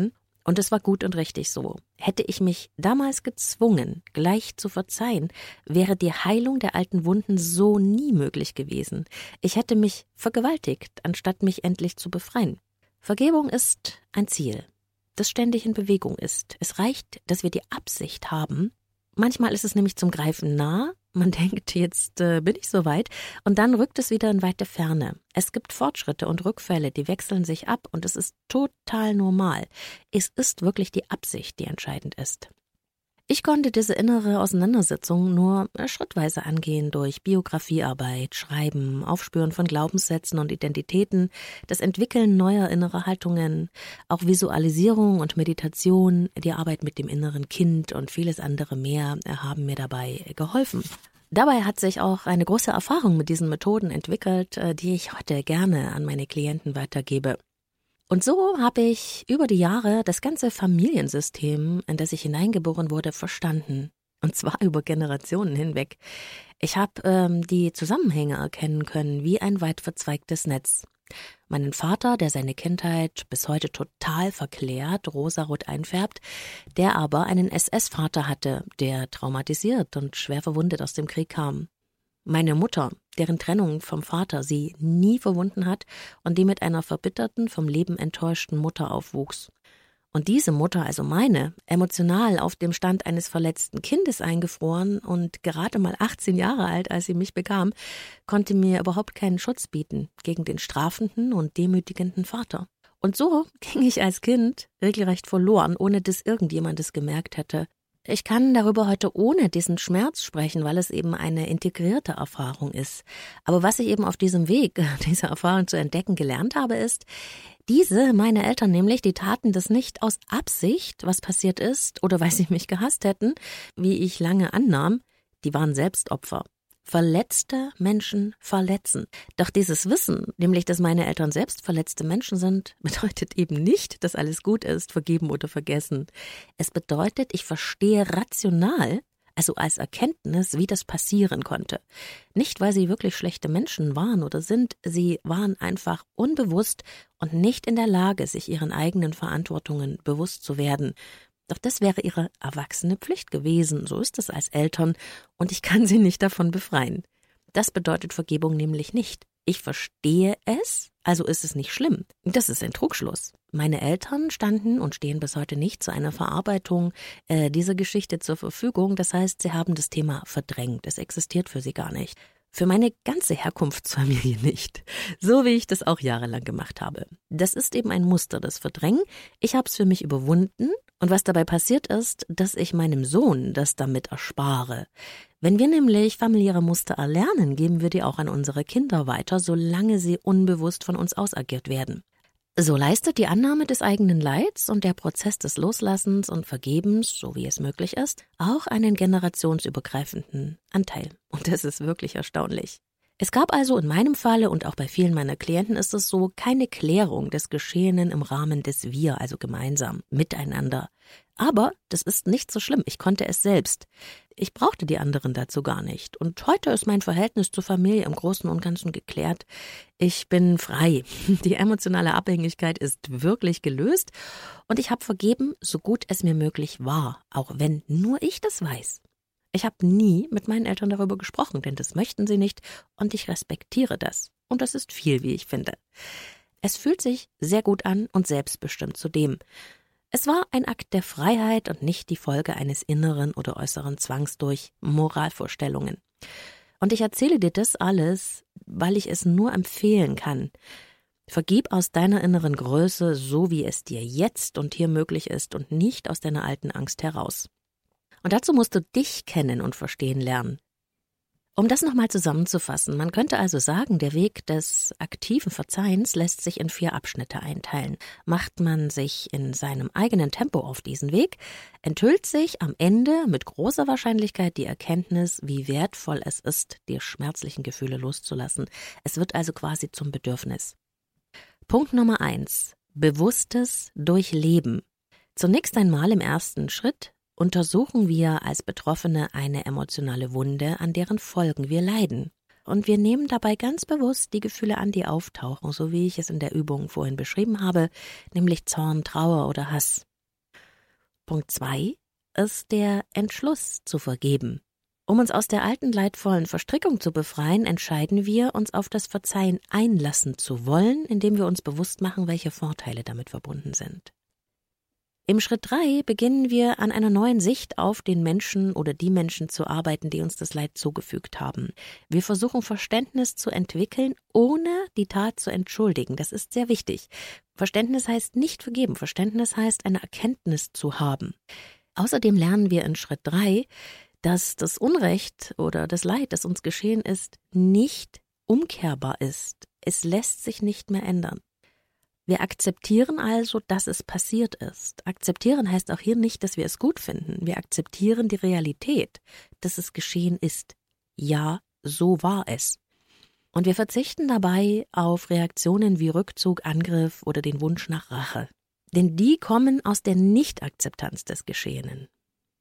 [SPEAKER 1] Und es war gut und richtig so. Hätte ich mich damals gezwungen, gleich zu verzeihen, wäre die Heilung der alten Wunden so nie möglich gewesen. Ich hätte mich vergewaltigt, anstatt mich endlich zu befreien. Vergebung ist ein Ziel, das ständig in Bewegung ist. Es reicht, dass wir die Absicht haben. Manchmal ist es nämlich zum Greifen nah. Man denkt, jetzt äh, bin ich soweit, und dann rückt es wieder in weite Ferne. Es gibt Fortschritte und Rückfälle, die wechseln sich ab, und es ist total normal. Es ist wirklich die Absicht, die entscheidend ist. Ich konnte diese innere Auseinandersetzung nur schrittweise angehen durch Biografiearbeit, Schreiben, Aufspüren von Glaubenssätzen und Identitäten, das Entwickeln neuer innerer Haltungen, auch Visualisierung und Meditation, die Arbeit mit dem inneren Kind und vieles andere mehr haben mir dabei geholfen. Dabei hat sich auch eine große Erfahrung mit diesen Methoden entwickelt, die ich heute gerne an meine Klienten weitergebe. Und so habe ich über die Jahre das ganze Familiensystem, in das ich hineingeboren wurde, verstanden. Und zwar über Generationen hinweg. Ich habe ähm, die Zusammenhänge erkennen können, wie ein weit verzweigtes Netz. Meinen Vater, der seine Kindheit bis heute total verklärt, rosarot einfärbt, der aber einen S S-Vater hatte, der traumatisiert und schwer verwundet aus dem Krieg kam. Meine Mutter, deren Trennung vom Vater sie nie verwunden hat und die mit einer verbitterten, vom Leben enttäuschten Mutter aufwuchs. Und diese Mutter, also meine, emotional auf dem Stand eines verletzten Kindes eingefroren und gerade mal achtzehn Jahre alt, als sie mich bekam, konnte mir überhaupt keinen Schutz bieten gegen den strafenden und demütigenden Vater. Und so ging ich als Kind regelrecht verloren, ohne dass irgendjemand es gemerkt hätte. Ich kann darüber heute ohne diesen Schmerz sprechen, weil es eben eine integrierte Erfahrung ist. Aber was ich eben auf diesem Weg, diese Erfahrung zu entdecken gelernt habe, ist, diese, meine Eltern nämlich, die taten das nicht aus Absicht, was passiert ist, oder weil sie mich gehasst hätten, wie ich lange annahm, die waren selbst Opfer. Verletzte Menschen verletzen. Doch dieses Wissen, nämlich, dass meine Eltern selbst verletzte Menschen sind, bedeutet eben nicht, dass alles gut ist, vergeben oder vergessen. Es bedeutet, ich verstehe rational, also als Erkenntnis, wie das passieren konnte. Nicht, weil sie wirklich schlechte Menschen waren oder sind, sie waren einfach unbewusst und nicht in der Lage, sich ihren eigenen Verantwortungen bewusst zu werden. Doch das wäre ihre erwachsene Pflicht gewesen, so ist es als Eltern, und ich kann sie nicht davon befreien. Das bedeutet Vergebung nämlich nicht. Ich verstehe es, also ist es nicht schlimm. Das ist ein Trugschluss. Meine Eltern standen und stehen bis heute nicht zu einer Verarbeitung äh, dieser Geschichte zur Verfügung. Das heißt, sie haben das Thema verdrängt. Es existiert für sie gar nicht. Für meine ganze Herkunftsfamilie nicht. So wie ich das auch jahrelang gemacht habe. Das ist eben ein Muster, das Verdrängen. Ich habe es für mich überwunden. Und was dabei passiert ist, dass ich meinem Sohn das damit erspare. Wenn wir nämlich familiäre Muster erlernen, geben wir die auch an unsere Kinder weiter, solange sie unbewusst von uns ausagiert werden. So leistet die Annahme des eigenen Leids und der Prozess des Loslassens und Vergebens, so wie es möglich ist, auch einen generationsübergreifenden Anteil. Und das ist wirklich erstaunlich. Es gab also in meinem Falle und auch bei vielen meiner Klienten ist es so, keine Klärung des Geschehenen im Rahmen des Wir, also gemeinsam, miteinander. Aber das ist nicht so schlimm, ich konnte es selbst. Ich brauchte die anderen dazu gar nicht. Und heute ist mein Verhältnis zur Familie im Großen und Ganzen geklärt. Ich bin frei. Die emotionale Abhängigkeit ist wirklich gelöst. Und ich habe vergeben, so gut es mir möglich war, auch wenn nur ich das weiß. Ich habe nie mit meinen Eltern darüber gesprochen, denn das möchten sie nicht und ich respektiere das. Und das ist viel, wie ich finde. Es fühlt sich sehr gut an und selbstbestimmt zudem. Es war ein Akt der Freiheit und nicht die Folge eines inneren oder äußeren Zwangs durch Moralvorstellungen. Und ich erzähle dir das alles, weil ich es nur empfehlen kann. Vergib aus deiner inneren Größe, so wie es dir jetzt und hier möglich ist und nicht aus deiner alten Angst heraus. Und dazu musst du dich kennen und verstehen lernen. Um das nochmal zusammenzufassen, man könnte also sagen, der Weg des aktiven Verzeihens lässt sich in vier Abschnitte einteilen. Macht man sich in seinem eigenen Tempo auf diesen Weg, enthüllt sich am Ende mit großer Wahrscheinlichkeit die Erkenntnis, wie wertvoll es ist, die schmerzlichen Gefühle loszulassen. Es wird also quasi zum Bedürfnis. Punkt Nummer eins. Bewusstes Durchleben. Zunächst einmal im ersten Schritt untersuchen wir als Betroffene eine emotionale Wunde, an deren Folgen wir leiden. Und wir nehmen dabei ganz bewusst die Gefühle an, die auftauchen, so wie ich es in der Übung vorhin beschrieben habe, nämlich Zorn, Trauer oder Hass. Punkt zwei ist der Entschluss zu vergeben. Um uns aus der alten leidvollen Verstrickung zu befreien, entscheiden wir, uns auf das Verzeihen einlassen zu wollen, indem wir uns bewusst machen, welche Vorteile damit verbunden sind. Im Schritt drei beginnen wir, an einer neuen Sicht auf den Menschen oder die Menschen zu arbeiten, die uns das Leid zugefügt haben. Wir versuchen, Verständnis zu entwickeln, ohne die Tat zu entschuldigen. Das ist sehr wichtig. Verständnis heißt nicht vergeben. Verständnis heißt, eine Erkenntnis zu haben. Außerdem lernen wir in Schritt drei, dass das Unrecht oder das Leid, das uns geschehen ist, nicht umkehrbar ist. Es lässt sich nicht mehr ändern. Wir akzeptieren also, dass es passiert ist. Akzeptieren heißt auch hier nicht, dass wir es gut finden. Wir akzeptieren die Realität, dass es geschehen ist. Ja, so war es. Und wir verzichten dabei auf Reaktionen wie Rückzug, Angriff oder den Wunsch nach Rache. Denn die kommen aus der Nichtakzeptanz des Geschehenen.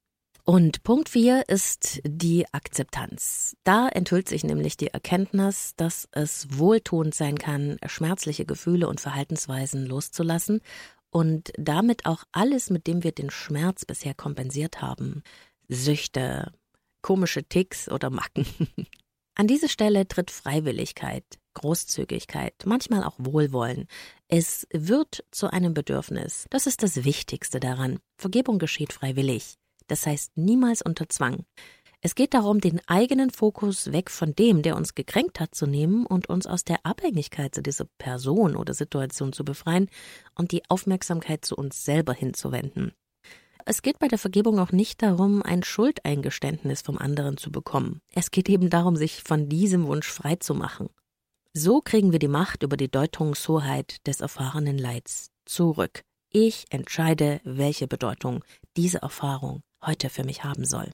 [SPEAKER 1] Und Punkt vier ist die Akzeptanz. Da enthüllt sich nämlich die Erkenntnis, dass es wohltuend sein kann, schmerzliche Gefühle und Verhaltensweisen loszulassen und damit auch alles, mit dem wir den Schmerz bisher kompensiert haben, Süchte, komische Ticks oder Macken. An diese Stelle tritt Freiwilligkeit, Großzügigkeit, manchmal auch Wohlwollen. Es wird zu einem Bedürfnis. Das ist das Wichtigste daran. Vergebung geschieht freiwillig. Das heißt niemals unter Zwang. Es geht darum, den eigenen Fokus weg von dem, der uns gekränkt hat, zu nehmen und uns aus der Abhängigkeit zu dieser Person oder Situation zu befreien und die Aufmerksamkeit zu uns selber hinzuwenden. Es geht bei der Vergebung auch nicht darum, ein Schuldeingeständnis vom anderen zu bekommen. Es geht eben darum, sich von diesem Wunsch frei zu machen. So kriegen wir die Macht über die Deutungshoheit des erfahrenen Leids zurück. Ich entscheide, welche Bedeutung diese Erfahrung heute für mich haben soll.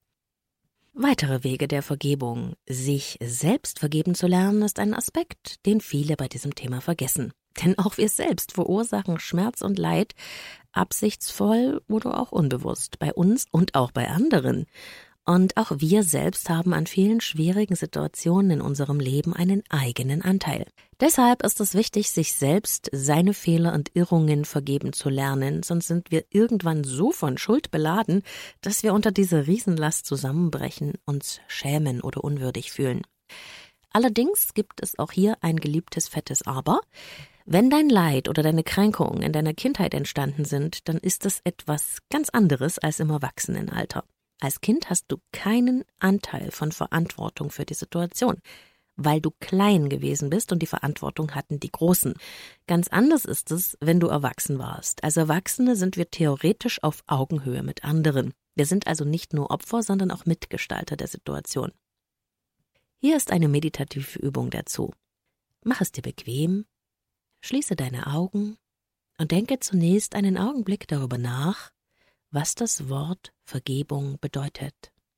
[SPEAKER 1] Weitere Wege der Vergebung. Sich selbst vergeben zu lernen, ist ein Aspekt, den viele bei diesem Thema vergessen. Denn auch wir selbst verursachen Schmerz und Leid, absichtsvoll oder auch unbewusst, bei uns und auch bei anderen. Und auch wir selbst haben an vielen schwierigen Situationen in unserem Leben einen eigenen Anteil. Deshalb ist es wichtig, sich selbst seine Fehler und Irrungen vergeben zu lernen, sonst sind wir irgendwann so von Schuld beladen, dass wir unter dieser Riesenlast zusammenbrechen, uns schämen oder unwürdig fühlen. Allerdings gibt es auch hier ein geliebtes fettes Aber. Wenn dein Leid oder deine Kränkungen in deiner Kindheit entstanden sind, dann ist es etwas ganz anderes als im Erwachsenenalter. Als Kind hast du keinen Anteil von Verantwortung für die Situation, weil du klein gewesen bist und die Verantwortung hatten die Großen. Ganz anders ist es, wenn du erwachsen warst. Als Erwachsene sind wir theoretisch auf Augenhöhe mit anderen. Wir sind also nicht nur Opfer, sondern auch Mitgestalter der Situation. Hier ist eine meditative Übung dazu. Mach es dir bequem, schließe deine Augen und denke zunächst einen Augenblick darüber nach, was das Wort Vergebung bedeutet.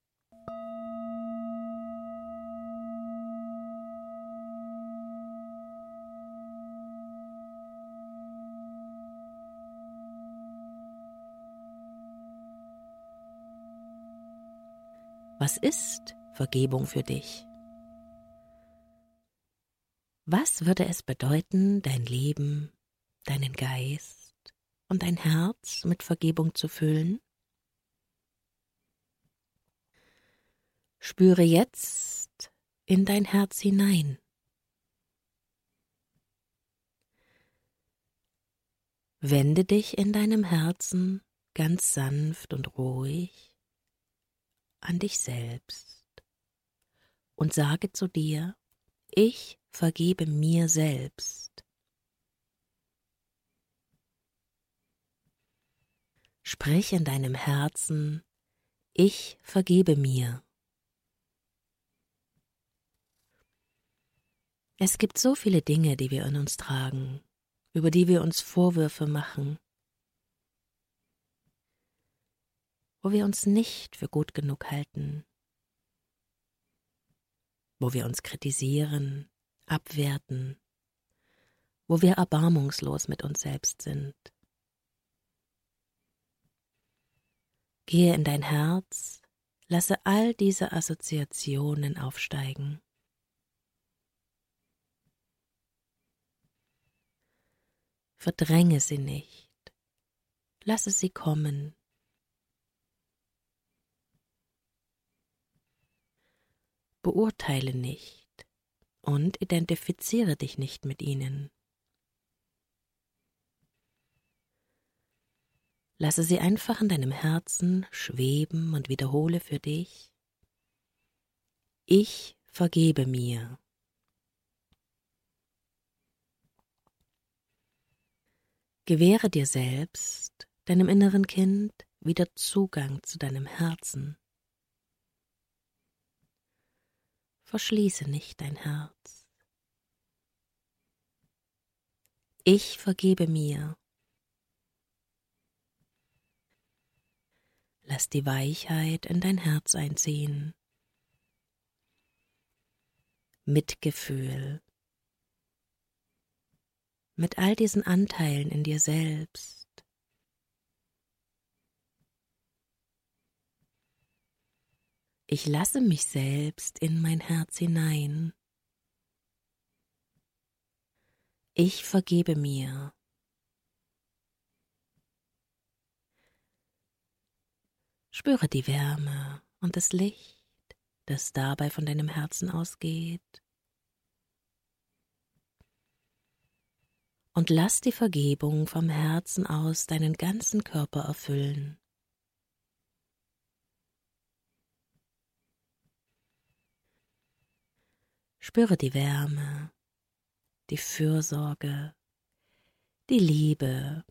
[SPEAKER 1] Was ist Vergebung für dich? Was würde es bedeuten, dein Leben, deinen Geist und dein Herz mit Vergebung zu füllen? Spüre jetzt in dein Herz hinein. Wende dich in deinem Herzen ganz sanft und ruhig an dich selbst und sage zu dir: Ich vergebe mir selbst. Sprich in deinem Herzen: Ich vergebe mir. Es gibt so viele Dinge, die wir in uns tragen, über die wir uns Vorwürfe machen, wo wir uns nicht für gut genug halten, wo wir uns kritisieren, abwerten, wo wir erbarmungslos mit uns selbst sind. Gehe in dein Herz, lasse all diese Assoziationen aufsteigen. Verdränge sie nicht, lasse sie kommen Beurteile nicht und identifiziere dich nicht mit ihnen. Lasse sie einfach in deinem Herzen schweben und wiederhole für dich: Ich vergebe mir. Gewähre dir selbst, deinem inneren Kind, wieder Zugang zu deinem Herzen. Verschließe nicht dein Herz. Ich vergebe mir. Lass die Weichheit in dein Herz einziehen. Mitgefühl. Mit all diesen Anteilen in dir selbst. Ich lasse mich selbst in mein Herz hinein. Ich vergebe mir. Spüre die Wärme und das Licht, das dabei von deinem Herzen ausgeht. Und lass die Vergebung vom Herzen aus deinen ganzen Körper erfüllen. Spüre die Wärme, die Fürsorge, die Liebe,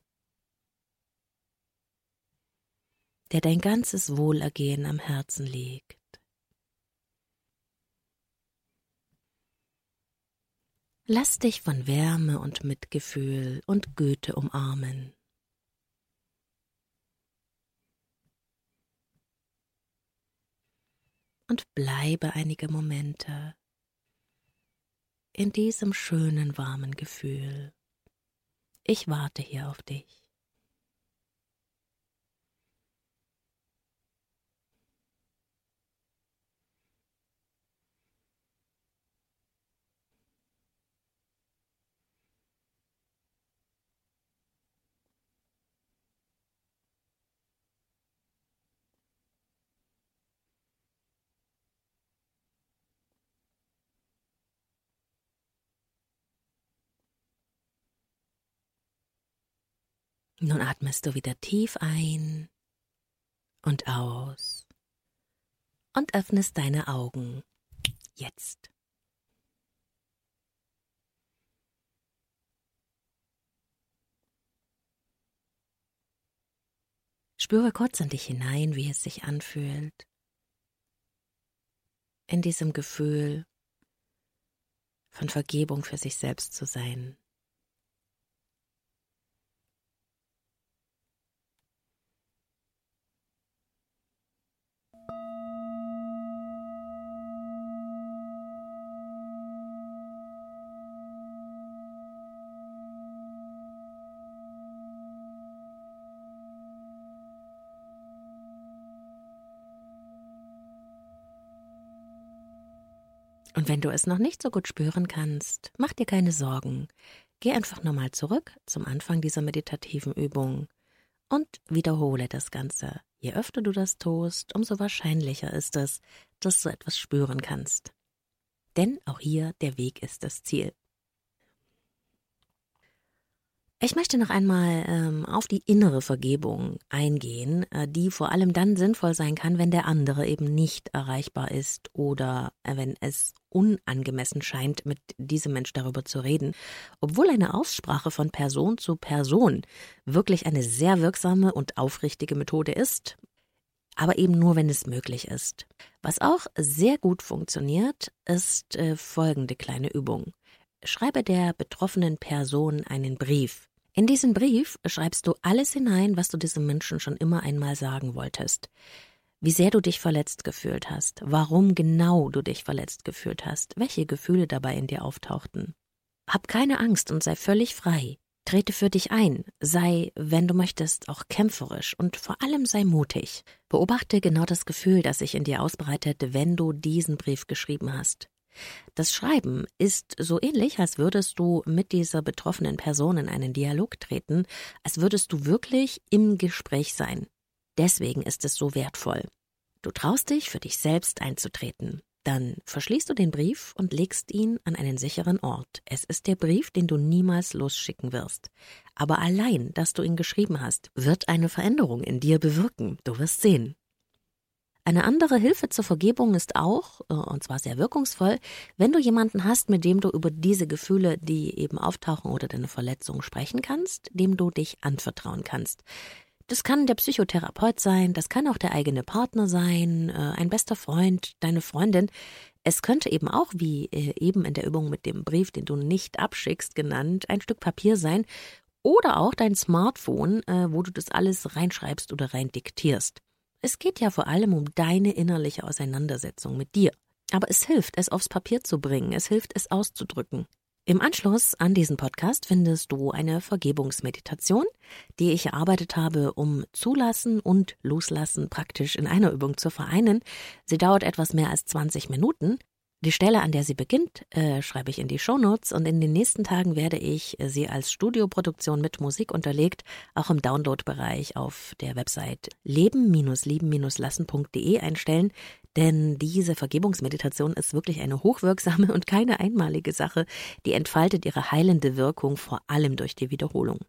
[SPEAKER 1] der dein ganzes Wohlergehen am Herzen liegt. Lass dich von Wärme und Mitgefühl und Güte umarmen. Und bleibe einige Momente in diesem schönen, warmen Gefühl. Ich warte hier auf dich. Nun atmest du wieder tief ein und aus und öffnest deine Augen. Jetzt. Spüre kurz in dich hinein, wie es sich anfühlt, in diesem Gefühl von Vergebung für sich selbst zu sein. Und wenn du es noch nicht so gut spüren kannst, mach dir keine Sorgen. Geh einfach nochmal zurück zum Anfang dieser meditativen Übung und wiederhole das Ganze. Je öfter du das tust, umso wahrscheinlicher ist es, dass du etwas spüren kannst. Denn auch hier, der Weg ist das Ziel. Ich möchte noch einmal ähm, auf die innere Vergebung eingehen, äh, die vor allem dann sinnvoll sein kann, wenn der andere eben nicht erreichbar ist oder äh, wenn es unangemessen scheint, mit diesem Mensch darüber zu reden. Obwohl eine Aussprache von Person zu Person wirklich eine sehr wirksame und aufrichtige Methode ist, aber eben nur, wenn es möglich ist. Was auch sehr gut funktioniert, ist äh, folgende kleine Übung. Schreibe der betroffenen Person einen Brief. In diesen Brief schreibst du alles hinein, was du diesem Menschen schon immer einmal sagen wolltest. Wie sehr du dich verletzt gefühlt hast, warum genau du dich verletzt gefühlt hast, welche Gefühle dabei in dir auftauchten. Hab keine Angst und sei völlig frei. Trete für dich ein, sei, wenn du möchtest, auch kämpferisch und vor allem sei mutig. Beobachte genau das Gefühl, das sich in dir ausbreitet, wenn du diesen Brief geschrieben hast. Das Schreiben ist so ähnlich, als würdest du mit dieser betroffenen Person in einen Dialog treten, als würdest du wirklich im Gespräch sein. Deswegen ist es so wertvoll. Du traust dich, für dich selbst einzutreten. Dann verschließt du den Brief und legst ihn an einen sicheren Ort. Es ist der Brief, den du niemals losschicken wirst. Aber allein, dass du ihn geschrieben hast, wird eine Veränderung in dir bewirken. Du wirst sehen. Eine andere Hilfe zur Vergebung ist auch, und zwar sehr wirkungsvoll, wenn du jemanden hast, mit dem du über diese Gefühle, die eben auftauchen oder deine Verletzungen sprechen kannst, dem du dich anvertrauen kannst. Das kann der Psychotherapeut sein, das kann auch der eigene Partner sein, ein bester Freund, deine Freundin. Es könnte eben auch, wie eben in der Übung mit dem Brief, den du nicht abschickst, genannt, ein Stück Papier sein oder auch dein Smartphone, wo du das alles reinschreibst oder rein diktierst. Es geht ja vor allem um deine innerliche Auseinandersetzung mit dir. Aber es hilft, es aufs Papier zu bringen, es hilft, es auszudrücken. Im Anschluss an diesen Podcast findest du eine Vergebungsmeditation, die ich erarbeitet habe, um Zulassen und Loslassen praktisch in einer Übung zu vereinen. Sie dauert etwas mehr als zwanzig Minuten. Die Stelle, an der sie beginnt, äh, schreibe ich in die Shownotes und in den nächsten Tagen werde ich sie als Studioproduktion mit Musik unterlegt, auch im Download-Bereich auf der Website leben lieben lassen punkt de einstellen, denn diese Vergebungsmeditation ist wirklich eine hochwirksame und keine einmalige Sache, die entfaltet ihre heilende Wirkung vor allem durch die Wiederholung.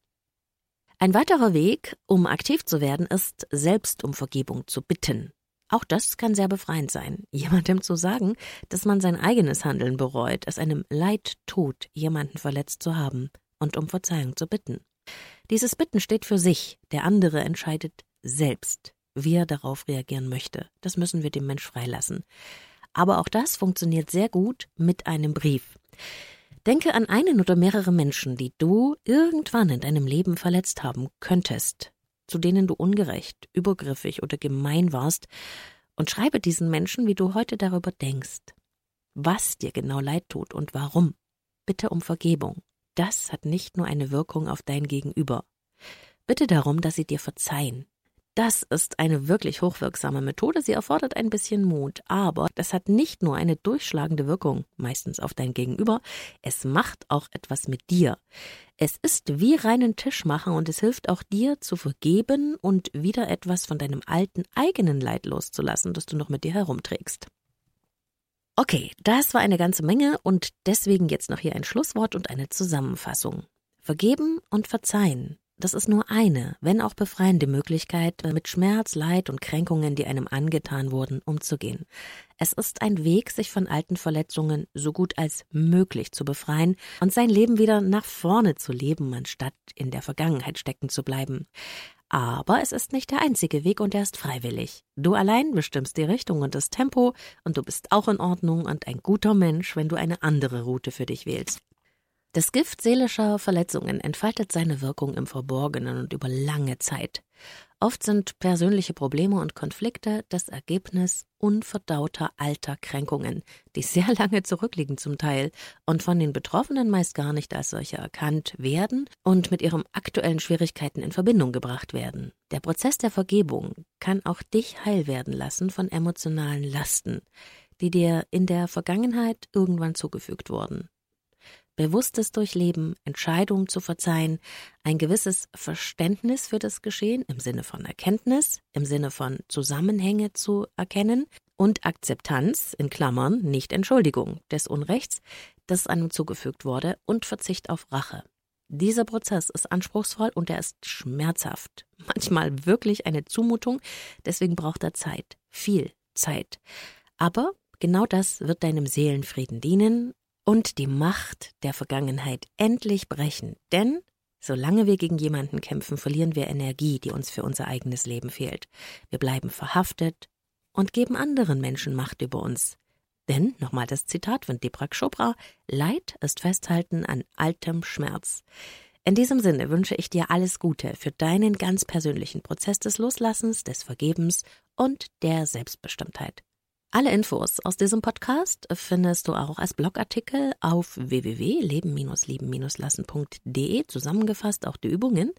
[SPEAKER 1] Ein weiterer Weg, um aktiv zu werden, ist, selbst um Vergebung zu bitten. Auch das kann sehr befreiend sein, jemandem zu sagen, dass man sein eigenes Handeln bereut, es einem leid tut, jemanden verletzt zu haben und um Verzeihung zu bitten. Dieses Bitten steht für sich, der andere entscheidet selbst, wie er darauf reagieren möchte. Das müssen wir dem Mensch freilassen. Aber auch das funktioniert sehr gut mit einem Brief. Denke an einen oder mehrere Menschen, die du irgendwann in deinem Leben verletzt haben könntest, zu denen du ungerecht, übergriffig oder gemein warst, und schreibe diesen Menschen, wie du heute darüber denkst, was dir genau leid tut und warum. Bitte um Vergebung. Das hat nicht nur eine Wirkung auf dein Gegenüber. Bitte darum, dass sie dir verzeihen. Das ist eine wirklich hochwirksame Methode. Sie erfordert ein bisschen Mut, aber das hat nicht nur eine durchschlagende Wirkung, meistens auf dein Gegenüber, es macht auch etwas mit dir. Es ist wie reinen Tisch machen und es hilft auch dir zu vergeben und wieder etwas von deinem alten eigenen Leid loszulassen, das du noch mit dir herumträgst. Okay, das war eine ganze Menge und deswegen jetzt noch hier ein Schlusswort und eine Zusammenfassung. Vergeben und verzeihen. Das ist nur eine, wenn auch befreiende Möglichkeit, mit Schmerz, Leid und Kränkungen, die einem angetan wurden, umzugehen. Es ist ein Weg, sich von alten Verletzungen so gut als möglich zu befreien und sein Leben wieder nach vorne zu leben, anstatt in der Vergangenheit stecken zu bleiben. Aber es ist nicht der einzige Weg und er ist freiwillig. Du allein bestimmst die Richtung und das Tempo und du bist auch in Ordnung und ein guter Mensch, wenn du eine andere Route für dich wählst. Das Gift seelischer Verletzungen entfaltet seine Wirkung im Verborgenen und über lange Zeit. Oft sind persönliche Probleme und Konflikte das Ergebnis unverdauter alter Kränkungen, die sehr lange zurückliegen zum Teil und von den Betroffenen meist gar nicht als solche erkannt werden und mit ihren aktuellen Schwierigkeiten in Verbindung gebracht werden. Der Prozess der Vergebung kann auch dich heil werden lassen von emotionalen Lasten, die dir in der Vergangenheit irgendwann zugefügt wurden. Bewusstes Durchleben, Entscheidungen zu verzeihen, ein gewisses Verständnis für das Geschehen im Sinne von Erkenntnis, im Sinne von Zusammenhänge zu erkennen und Akzeptanz, in Klammern, nicht Entschuldigung, des Unrechts, das einem zugefügt wurde und Verzicht auf Rache. Dieser Prozess ist anspruchsvoll und er ist schmerzhaft, manchmal wirklich eine Zumutung, deswegen braucht er Zeit, viel Zeit. Aber genau das wird deinem Seelenfrieden dienen und die Macht der Vergangenheit endlich brechen. Denn solange wir gegen jemanden kämpfen, verlieren wir Energie, die uns für unser eigenes Leben fehlt. Wir bleiben verhaftet und geben anderen Menschen Macht über uns. Denn, nochmal das Zitat von Deepak Chopra, Leid ist Festhalten an altem Schmerz. In diesem Sinne wünsche ich dir alles Gute für deinen ganz persönlichen Prozess des Loslassens, des Vergebens und der Selbstbestimmtheit. Alle Infos aus diesem Podcast findest du auch als Blogartikel auf w w w punkt leben lieben lassen punkt de, zusammengefasst auch die Übungen.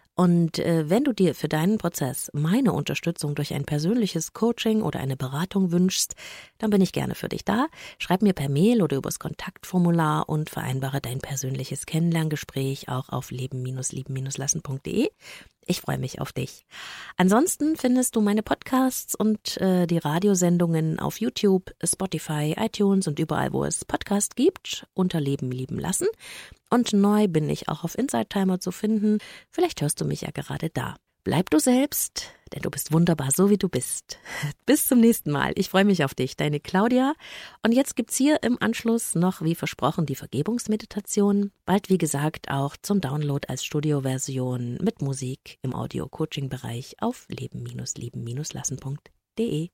[SPEAKER 1] Und äh, wenn du dir für deinen Prozess meine Unterstützung durch ein persönliches Coaching oder eine Beratung wünschst, dann bin ich gerne für dich da. Schreib mir per Mail oder übers Kontaktformular und vereinbare dein persönliches Kennenlerngespräch auch auf leben lieben lassen punkt de. Ich freue mich auf dich. Ansonsten findest du meine Podcasts und äh, die Radiosendungen auf YouTube, Spotify, iTunes und überall, wo es Podcasts gibt, unter Leben lieben lassen. Und neu bin ich auch auf Inside Timer zu finden. Vielleicht hörst du mich ja gerade da. Bleib du selbst, denn du bist wunderbar, so wie du bist. Bis zum nächsten Mal. Ich freue mich auf dich, deine Claudia. Und jetzt gibt's hier im Anschluss noch, wie versprochen, die Vergebungsmeditation. Bald, wie gesagt, auch zum Download als Studioversion mit Musik im Audio-Coaching-Bereich auf leben-lieben-lassen punkt de.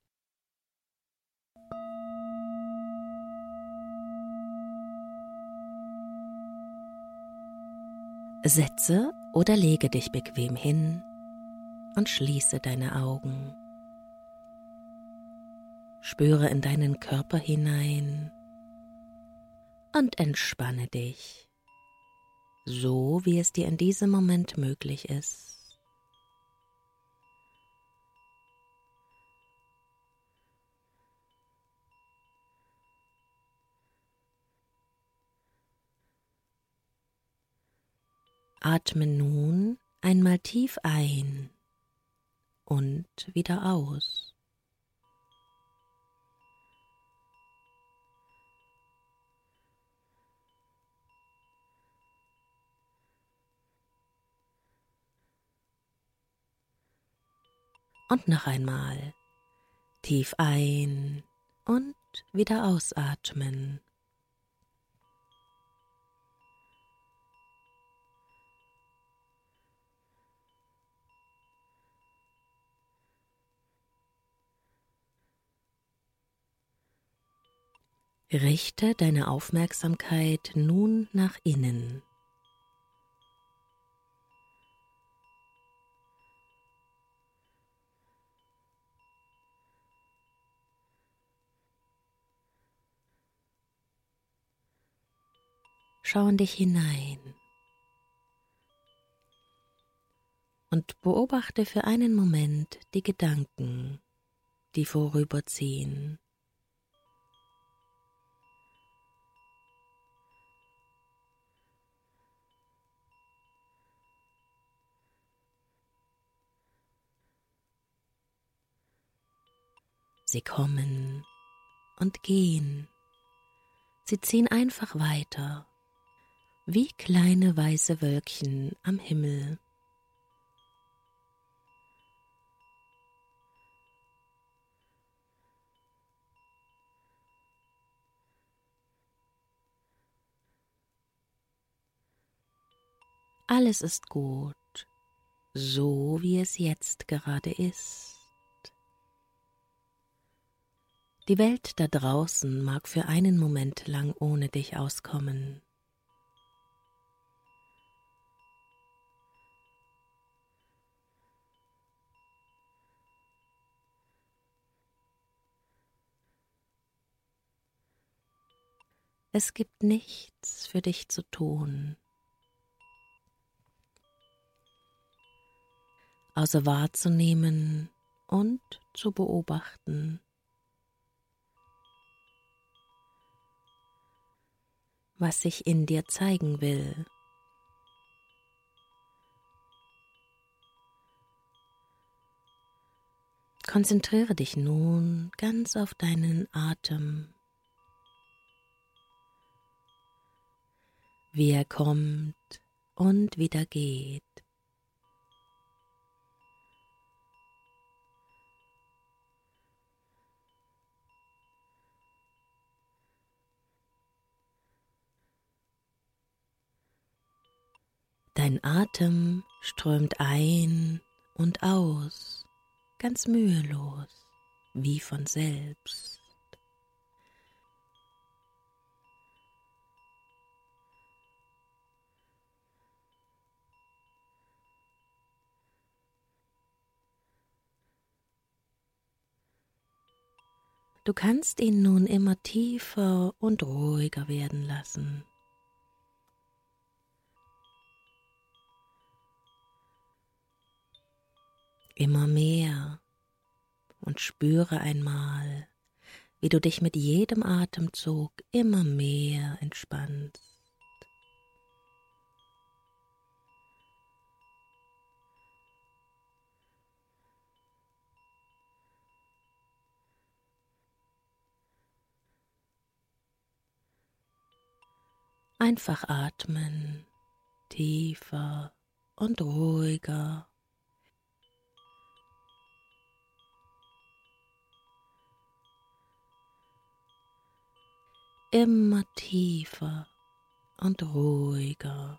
[SPEAKER 1] Setze oder lege dich bequem hin und schließe deine Augen. Spüre in deinen Körper hinein und entspanne dich, so wie es dir in diesem Moment möglich ist. Atme nun einmal tief ein und wieder aus. Und noch einmal tief ein und wieder ausatmen. Richte deine Aufmerksamkeit nun nach innen. Schau in dich hinein und beobachte für einen Moment die Gedanken, die vorüberziehen. Sie kommen und gehen. Sie ziehen einfach weiter, wie kleine weiße Wölkchen am Himmel. Alles ist gut, so wie es jetzt gerade ist. Die Welt da draußen mag für einen Moment lang ohne dich auskommen. Es gibt nichts für dich zu tun, außer wahrzunehmen und zu beobachten, was sich in dir zeigen will. Konzentriere dich nun ganz auf deinen Atem, wie er kommt und wieder geht. Dein Atem strömt ein und aus, ganz mühelos, wie von selbst. Du kannst ihn nun immer tiefer und ruhiger werden lassen. Immer mehr und spüre einmal, wie du dich mit jedem Atemzug immer mehr entspannst. Einfach atmen, tiefer und ruhiger. Immer tiefer und ruhiger.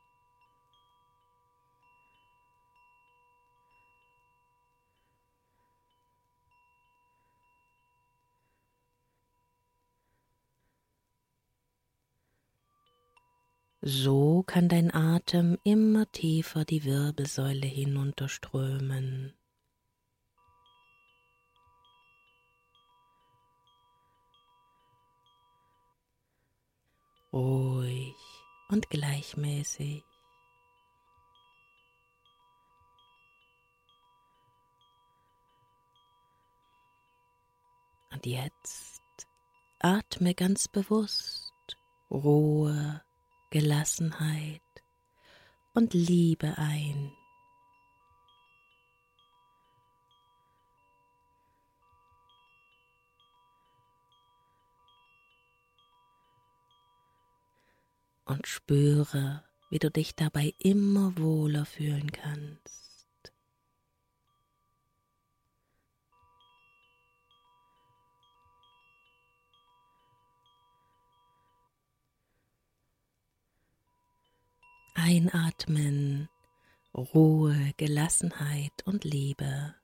[SPEAKER 1] So kann dein Atem immer tiefer die Wirbelsäule hinunterströmen. Ruhig und gleichmäßig. Und jetzt atme ganz bewusst Ruhe, Gelassenheit und Liebe ein. Und spüre, wie du dich dabei immer wohler fühlen kannst. Einatmen, Ruhe, Gelassenheit und Liebe.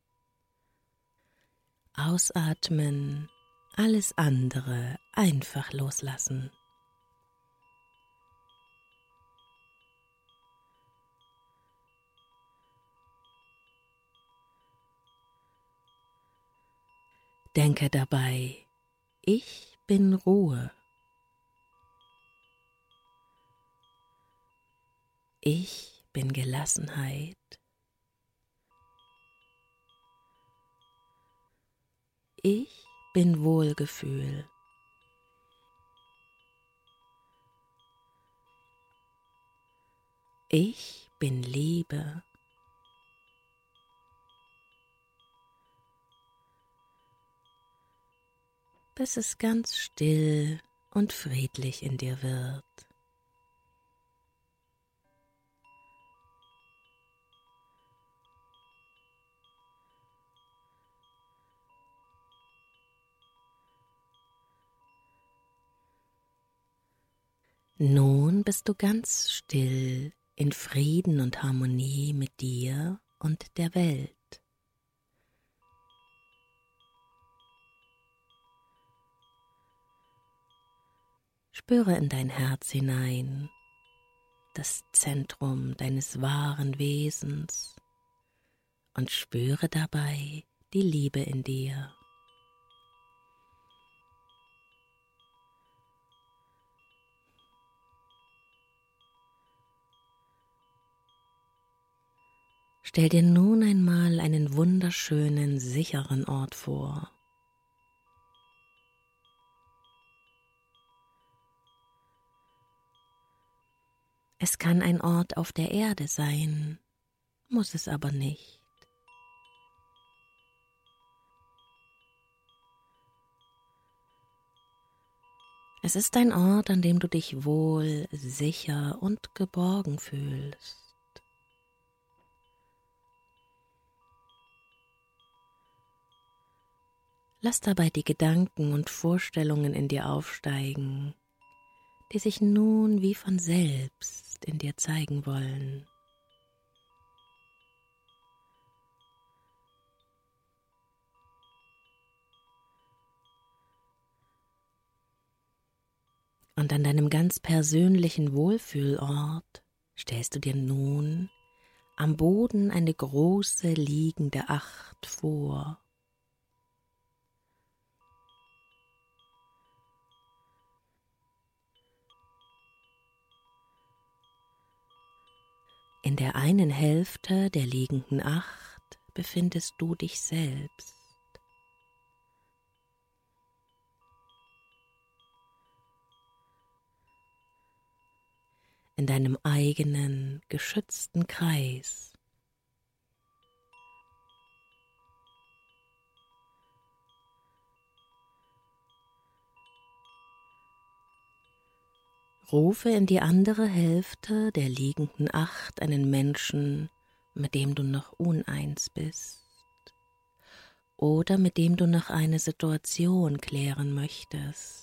[SPEAKER 1] Ausatmen, alles andere einfach loslassen. Denke dabei, ich bin Ruhe. Ich bin Gelassenheit. Ich bin Wohlgefühl. Ich bin Liebe. Bis es ganz still und friedlich in dir wird. Nun bist du ganz still in Frieden und Harmonie mit dir und der Welt. Spüre in dein Herz hinein, das Zentrum deines wahren Wesens, und spüre dabei die Liebe in dir. Stell dir nun einmal einen wunderschönen, sicheren Ort vor. Es kann ein Ort auf der Erde sein, muss es aber nicht. Es ist ein Ort, an dem du dich wohl, sicher und geborgen fühlst. Lass dabei die Gedanken und Vorstellungen in dir aufsteigen, die sich nun wie von selbst in dir zeigen wollen. Und an deinem ganz persönlichen Wohlfühlort stellst du dir nun am Boden eine große liegende Acht vor. In der einen Hälfte der liegenden Acht befindest du dich selbst. In deinem eigenen, geschützten Kreis. Rufe in die andere Hälfte der liegenden Acht einen Menschen, mit dem du noch uneins bist oder mit dem du noch eine Situation klären möchtest.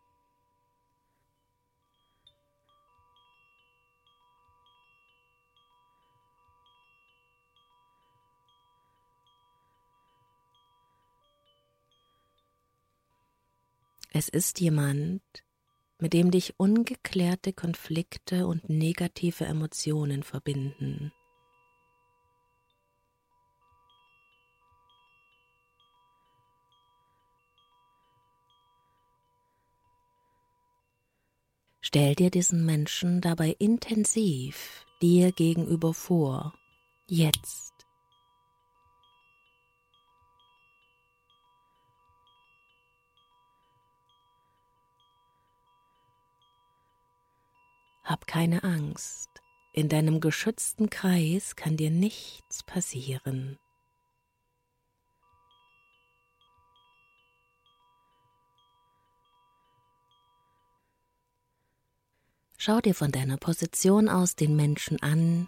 [SPEAKER 1] Es ist jemand, mit dem dich ungeklärte Konflikte und negative Emotionen verbinden. Stell dir diesen Menschen dabei intensiv dir gegenüber vor, jetzt. Hab keine Angst, in deinem geschützten Kreis kann dir nichts passieren. Schau dir von deiner Position aus den Menschen an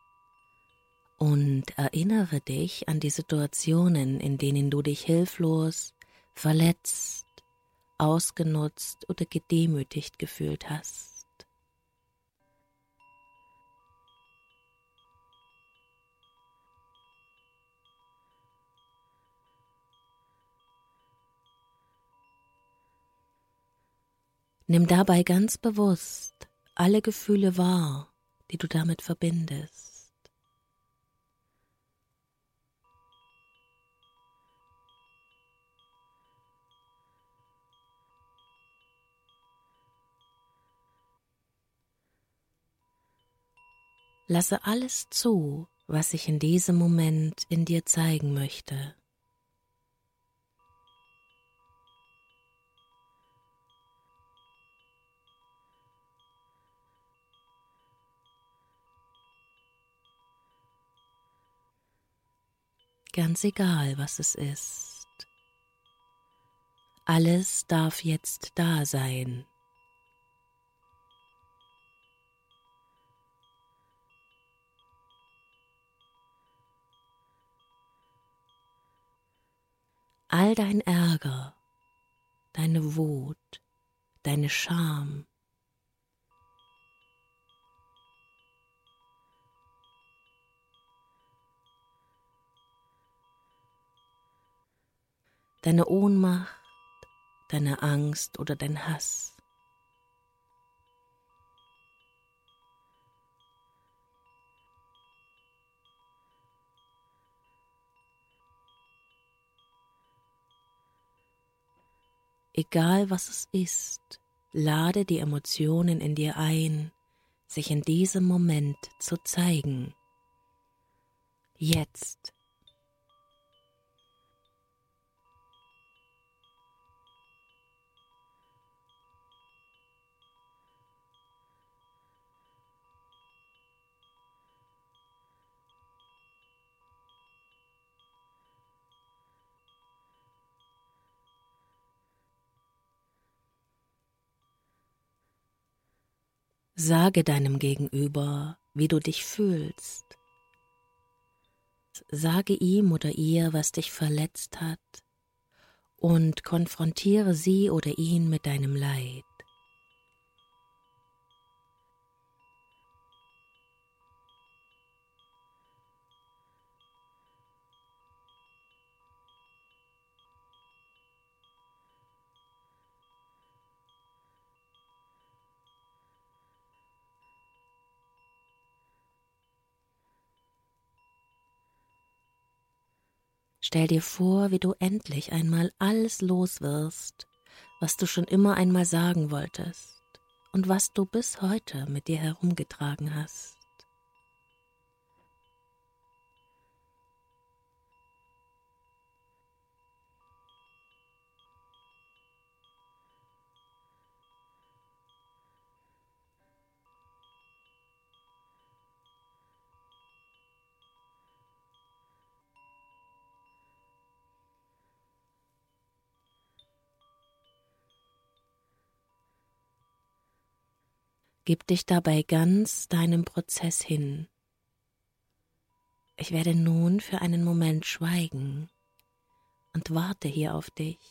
[SPEAKER 1] und erinnere dich an die Situationen, in denen du dich hilflos, verletzt, ausgenutzt oder gedemütigt gefühlt hast. Nimm dabei ganz bewusst alle Gefühle wahr, die du damit verbindest. Lasse alles zu, was sich in diesem Moment in dir zeigen möchte. Ganz egal, was es ist. Alles darf jetzt da sein. All dein Ärger, deine Wut, deine Scham, deine Ohnmacht, deine Angst oder dein Hass. Egal was es ist, lade die Emotionen in dir ein, sich in diesem Moment zu zeigen. Jetzt. Sage deinem Gegenüber, wie du dich fühlst. Sage ihm oder ihr, was dich verletzt hat, und konfrontiere sie oder ihn mit deinem Leid. Stell dir vor, wie du endlich einmal alles los wirst, was du schon immer einmal sagen wolltest und was du bis heute mit dir herumgetragen hast. Gib dich dabei ganz deinem Prozess hin. Ich werde nun für einen Moment schweigen und warte hier auf dich.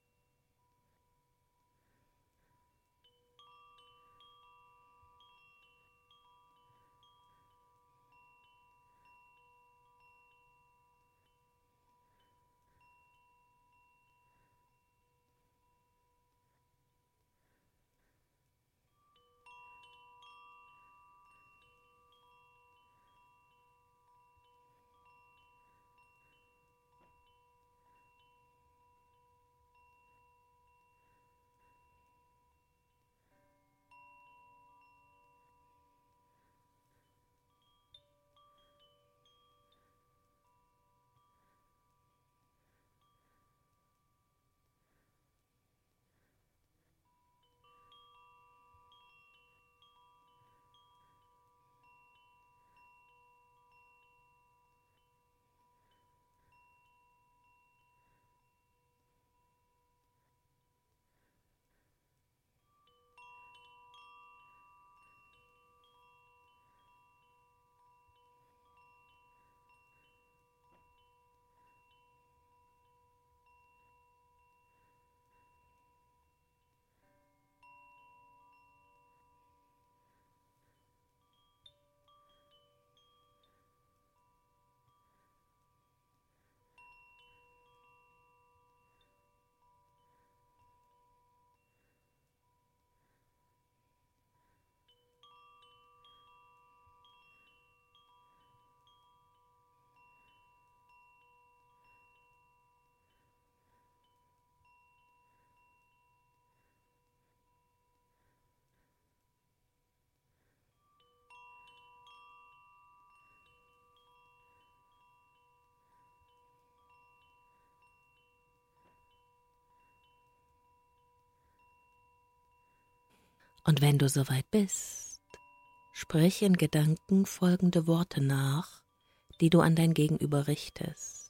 [SPEAKER 1] Und wenn du soweit bist, sprich in Gedanken folgende Worte nach, die du an dein Gegenüber richtest.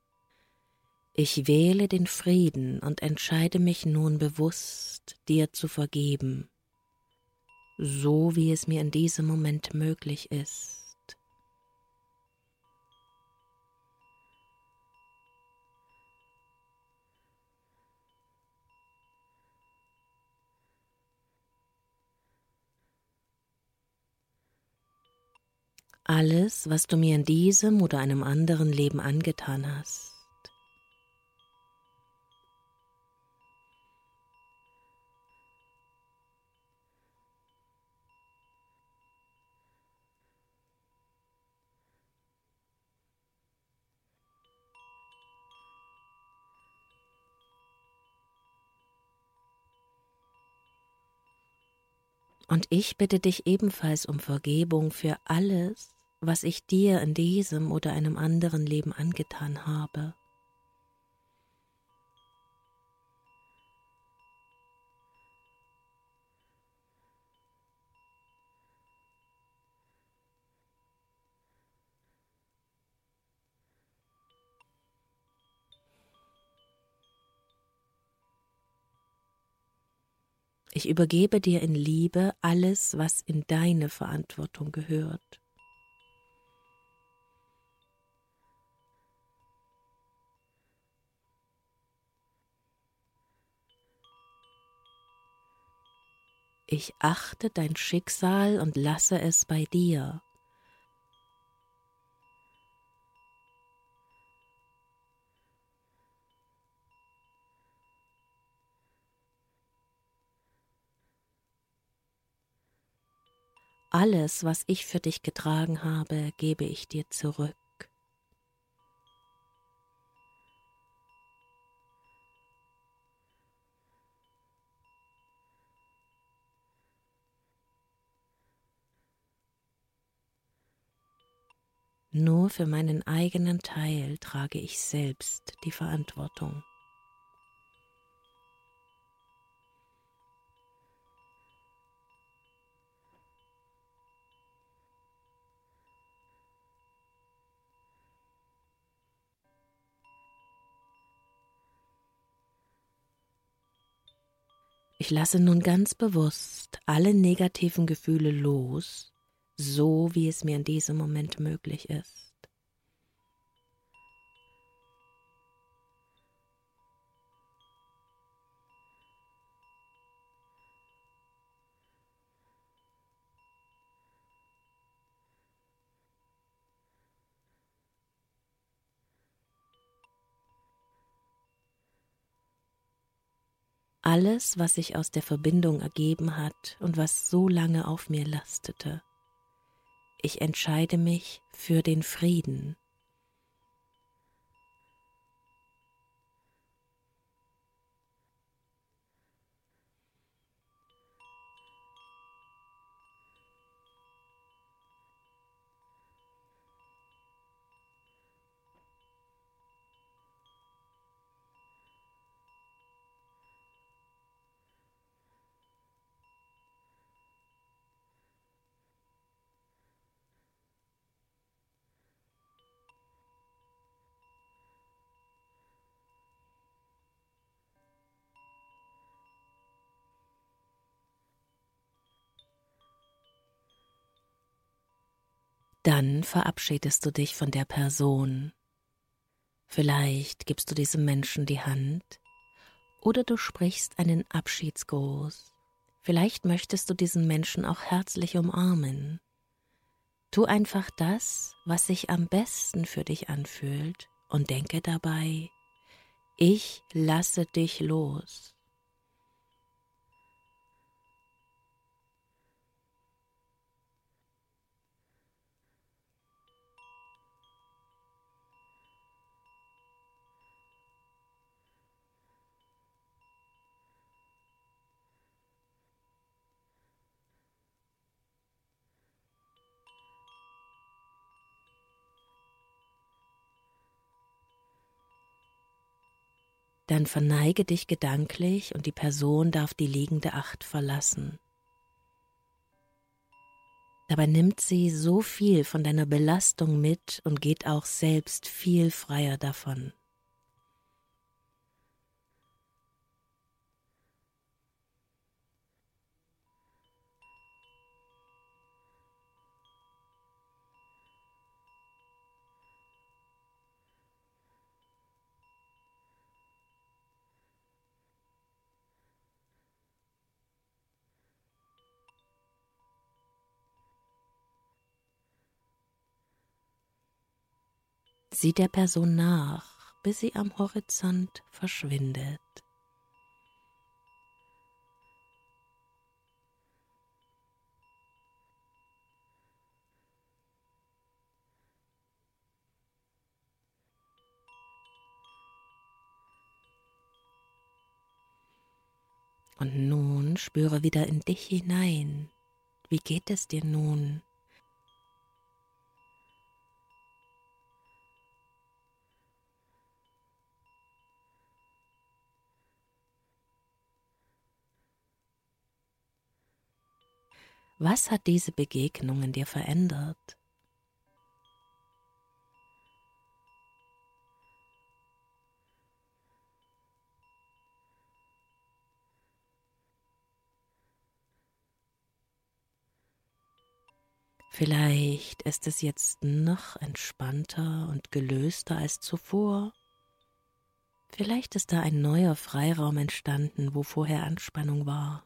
[SPEAKER 1] Ich wähle den Frieden und entscheide mich nun bewusst, dir zu vergeben, so wie es mir in diesem Moment möglich ist. Alles, was du mir in diesem oder einem anderen Leben angetan hast, und ich bitte dich ebenfalls um Vergebung für alles, was ich dir in diesem oder einem anderen Leben angetan habe. Ich übergebe dir in Liebe alles, was in deine Verantwortung gehört. Ich achte dein Schicksal und lasse es bei dir. Alles, was ich für dich getragen habe, gebe ich dir zurück. Nur für meinen eigenen Teil trage ich selbst die Verantwortung. Ich lasse nun ganz bewusst lässt alle negativen Gefühle los, so wie es mir in diesem Moment möglich ist. Alles, was sich aus der Verbindung ergeben hat und was so lange auf mir lastete. Ich entscheide mich für den Frieden. Dann verabschiedest du dich von der Person. Vielleicht gibst du diesem Menschen die Hand oder du sprichst einen Abschiedsgruß. Vielleicht möchtest du diesen Menschen auch herzlich umarmen. Tu einfach das, was sich am besten für dich anfühlt und denke dabei, ich lasse dich los. Dann verneige dich gedanklich und die Person darf die liegende Acht verlassen. Dabei nimmt sie so viel von deiner Belastung mit und geht auch selbst viel freier davon. Sieh der Person nach, bis sie am Horizont verschwindet. Und nun spüre wieder in dich hinein. Wie geht es dir nun? Was hat diese Begegnung in dir verändert? Vielleicht ist es jetzt noch entspannter und gelöster als zuvor. Vielleicht ist da ein neuer Freiraum entstanden, wo vorher Anspannung war.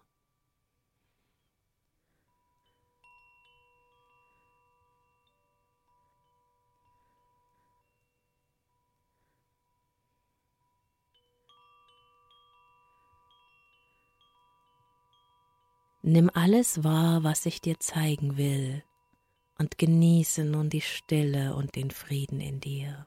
[SPEAKER 1] Nimm alles wahr, was ich dir zeigen will, und genieße nun die Stille und den Frieden in dir.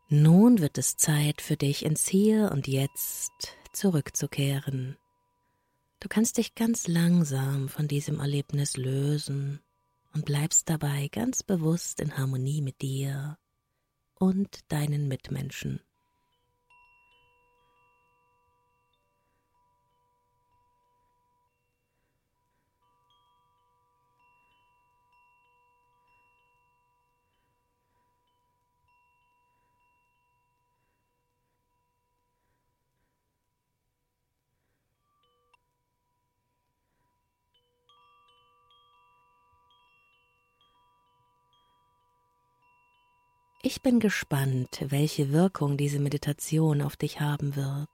[SPEAKER 1] Nun wird es Zeit für dich, ins Hier und Jetzt zurückzukehren. Du kannst dich ganz langsam von diesem Erlebnis lösen und bleibst dabei ganz bewusst in Harmonie mit dir und deinen Mitmenschen. Ich bin gespannt, welche Wirkung diese Meditation auf dich haben wird.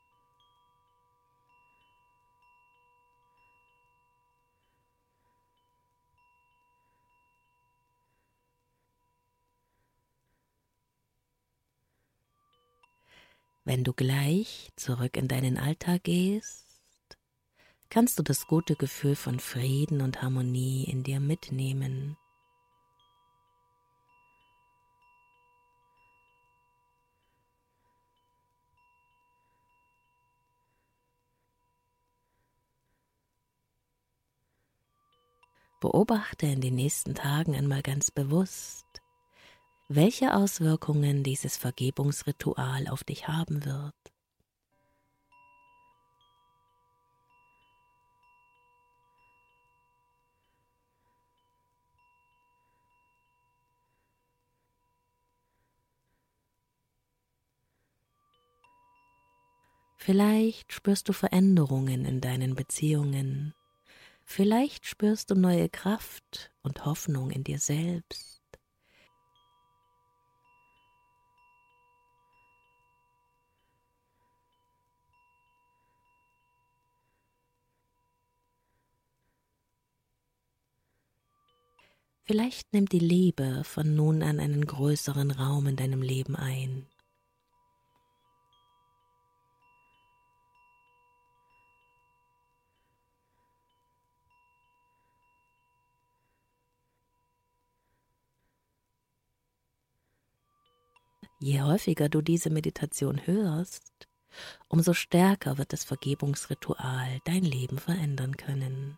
[SPEAKER 1] Wenn du gleich zurück in deinen Alltag gehst, kannst du das gute Gefühl von Frieden und Harmonie in dir mitnehmen. Beobachte in den nächsten Tagen einmal ganz bewusst, welche Auswirkungen dieses Vergebungsritual auf dich haben wird. Vielleicht spürst du Veränderungen in deinen Beziehungen. Vielleicht spürst du neue Kraft und Hoffnung in dir selbst. Vielleicht nimmt die Liebe von nun an einen größeren Raum in deinem Leben ein. Je häufiger du diese Meditation hörst, umso stärker wird das Vergebungsritual dein Leben verändern können.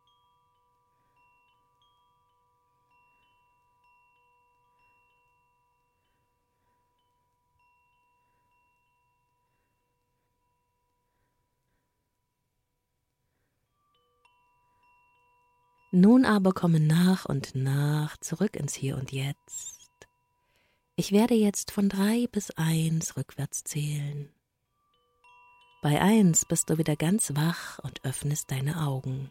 [SPEAKER 1] Nun aber komme nach und nach zurück ins Hier und Jetzt. Ich werde jetzt von drei bis eins rückwärts zählen. Bei eins bist du wieder ganz wach und öffnest deine Augen.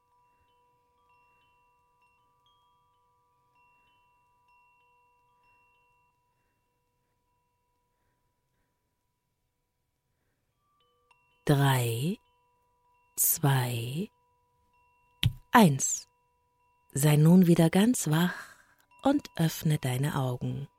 [SPEAKER 1] Drei, zwei, eins. Sei nun wieder ganz wach und öffne deine Augen.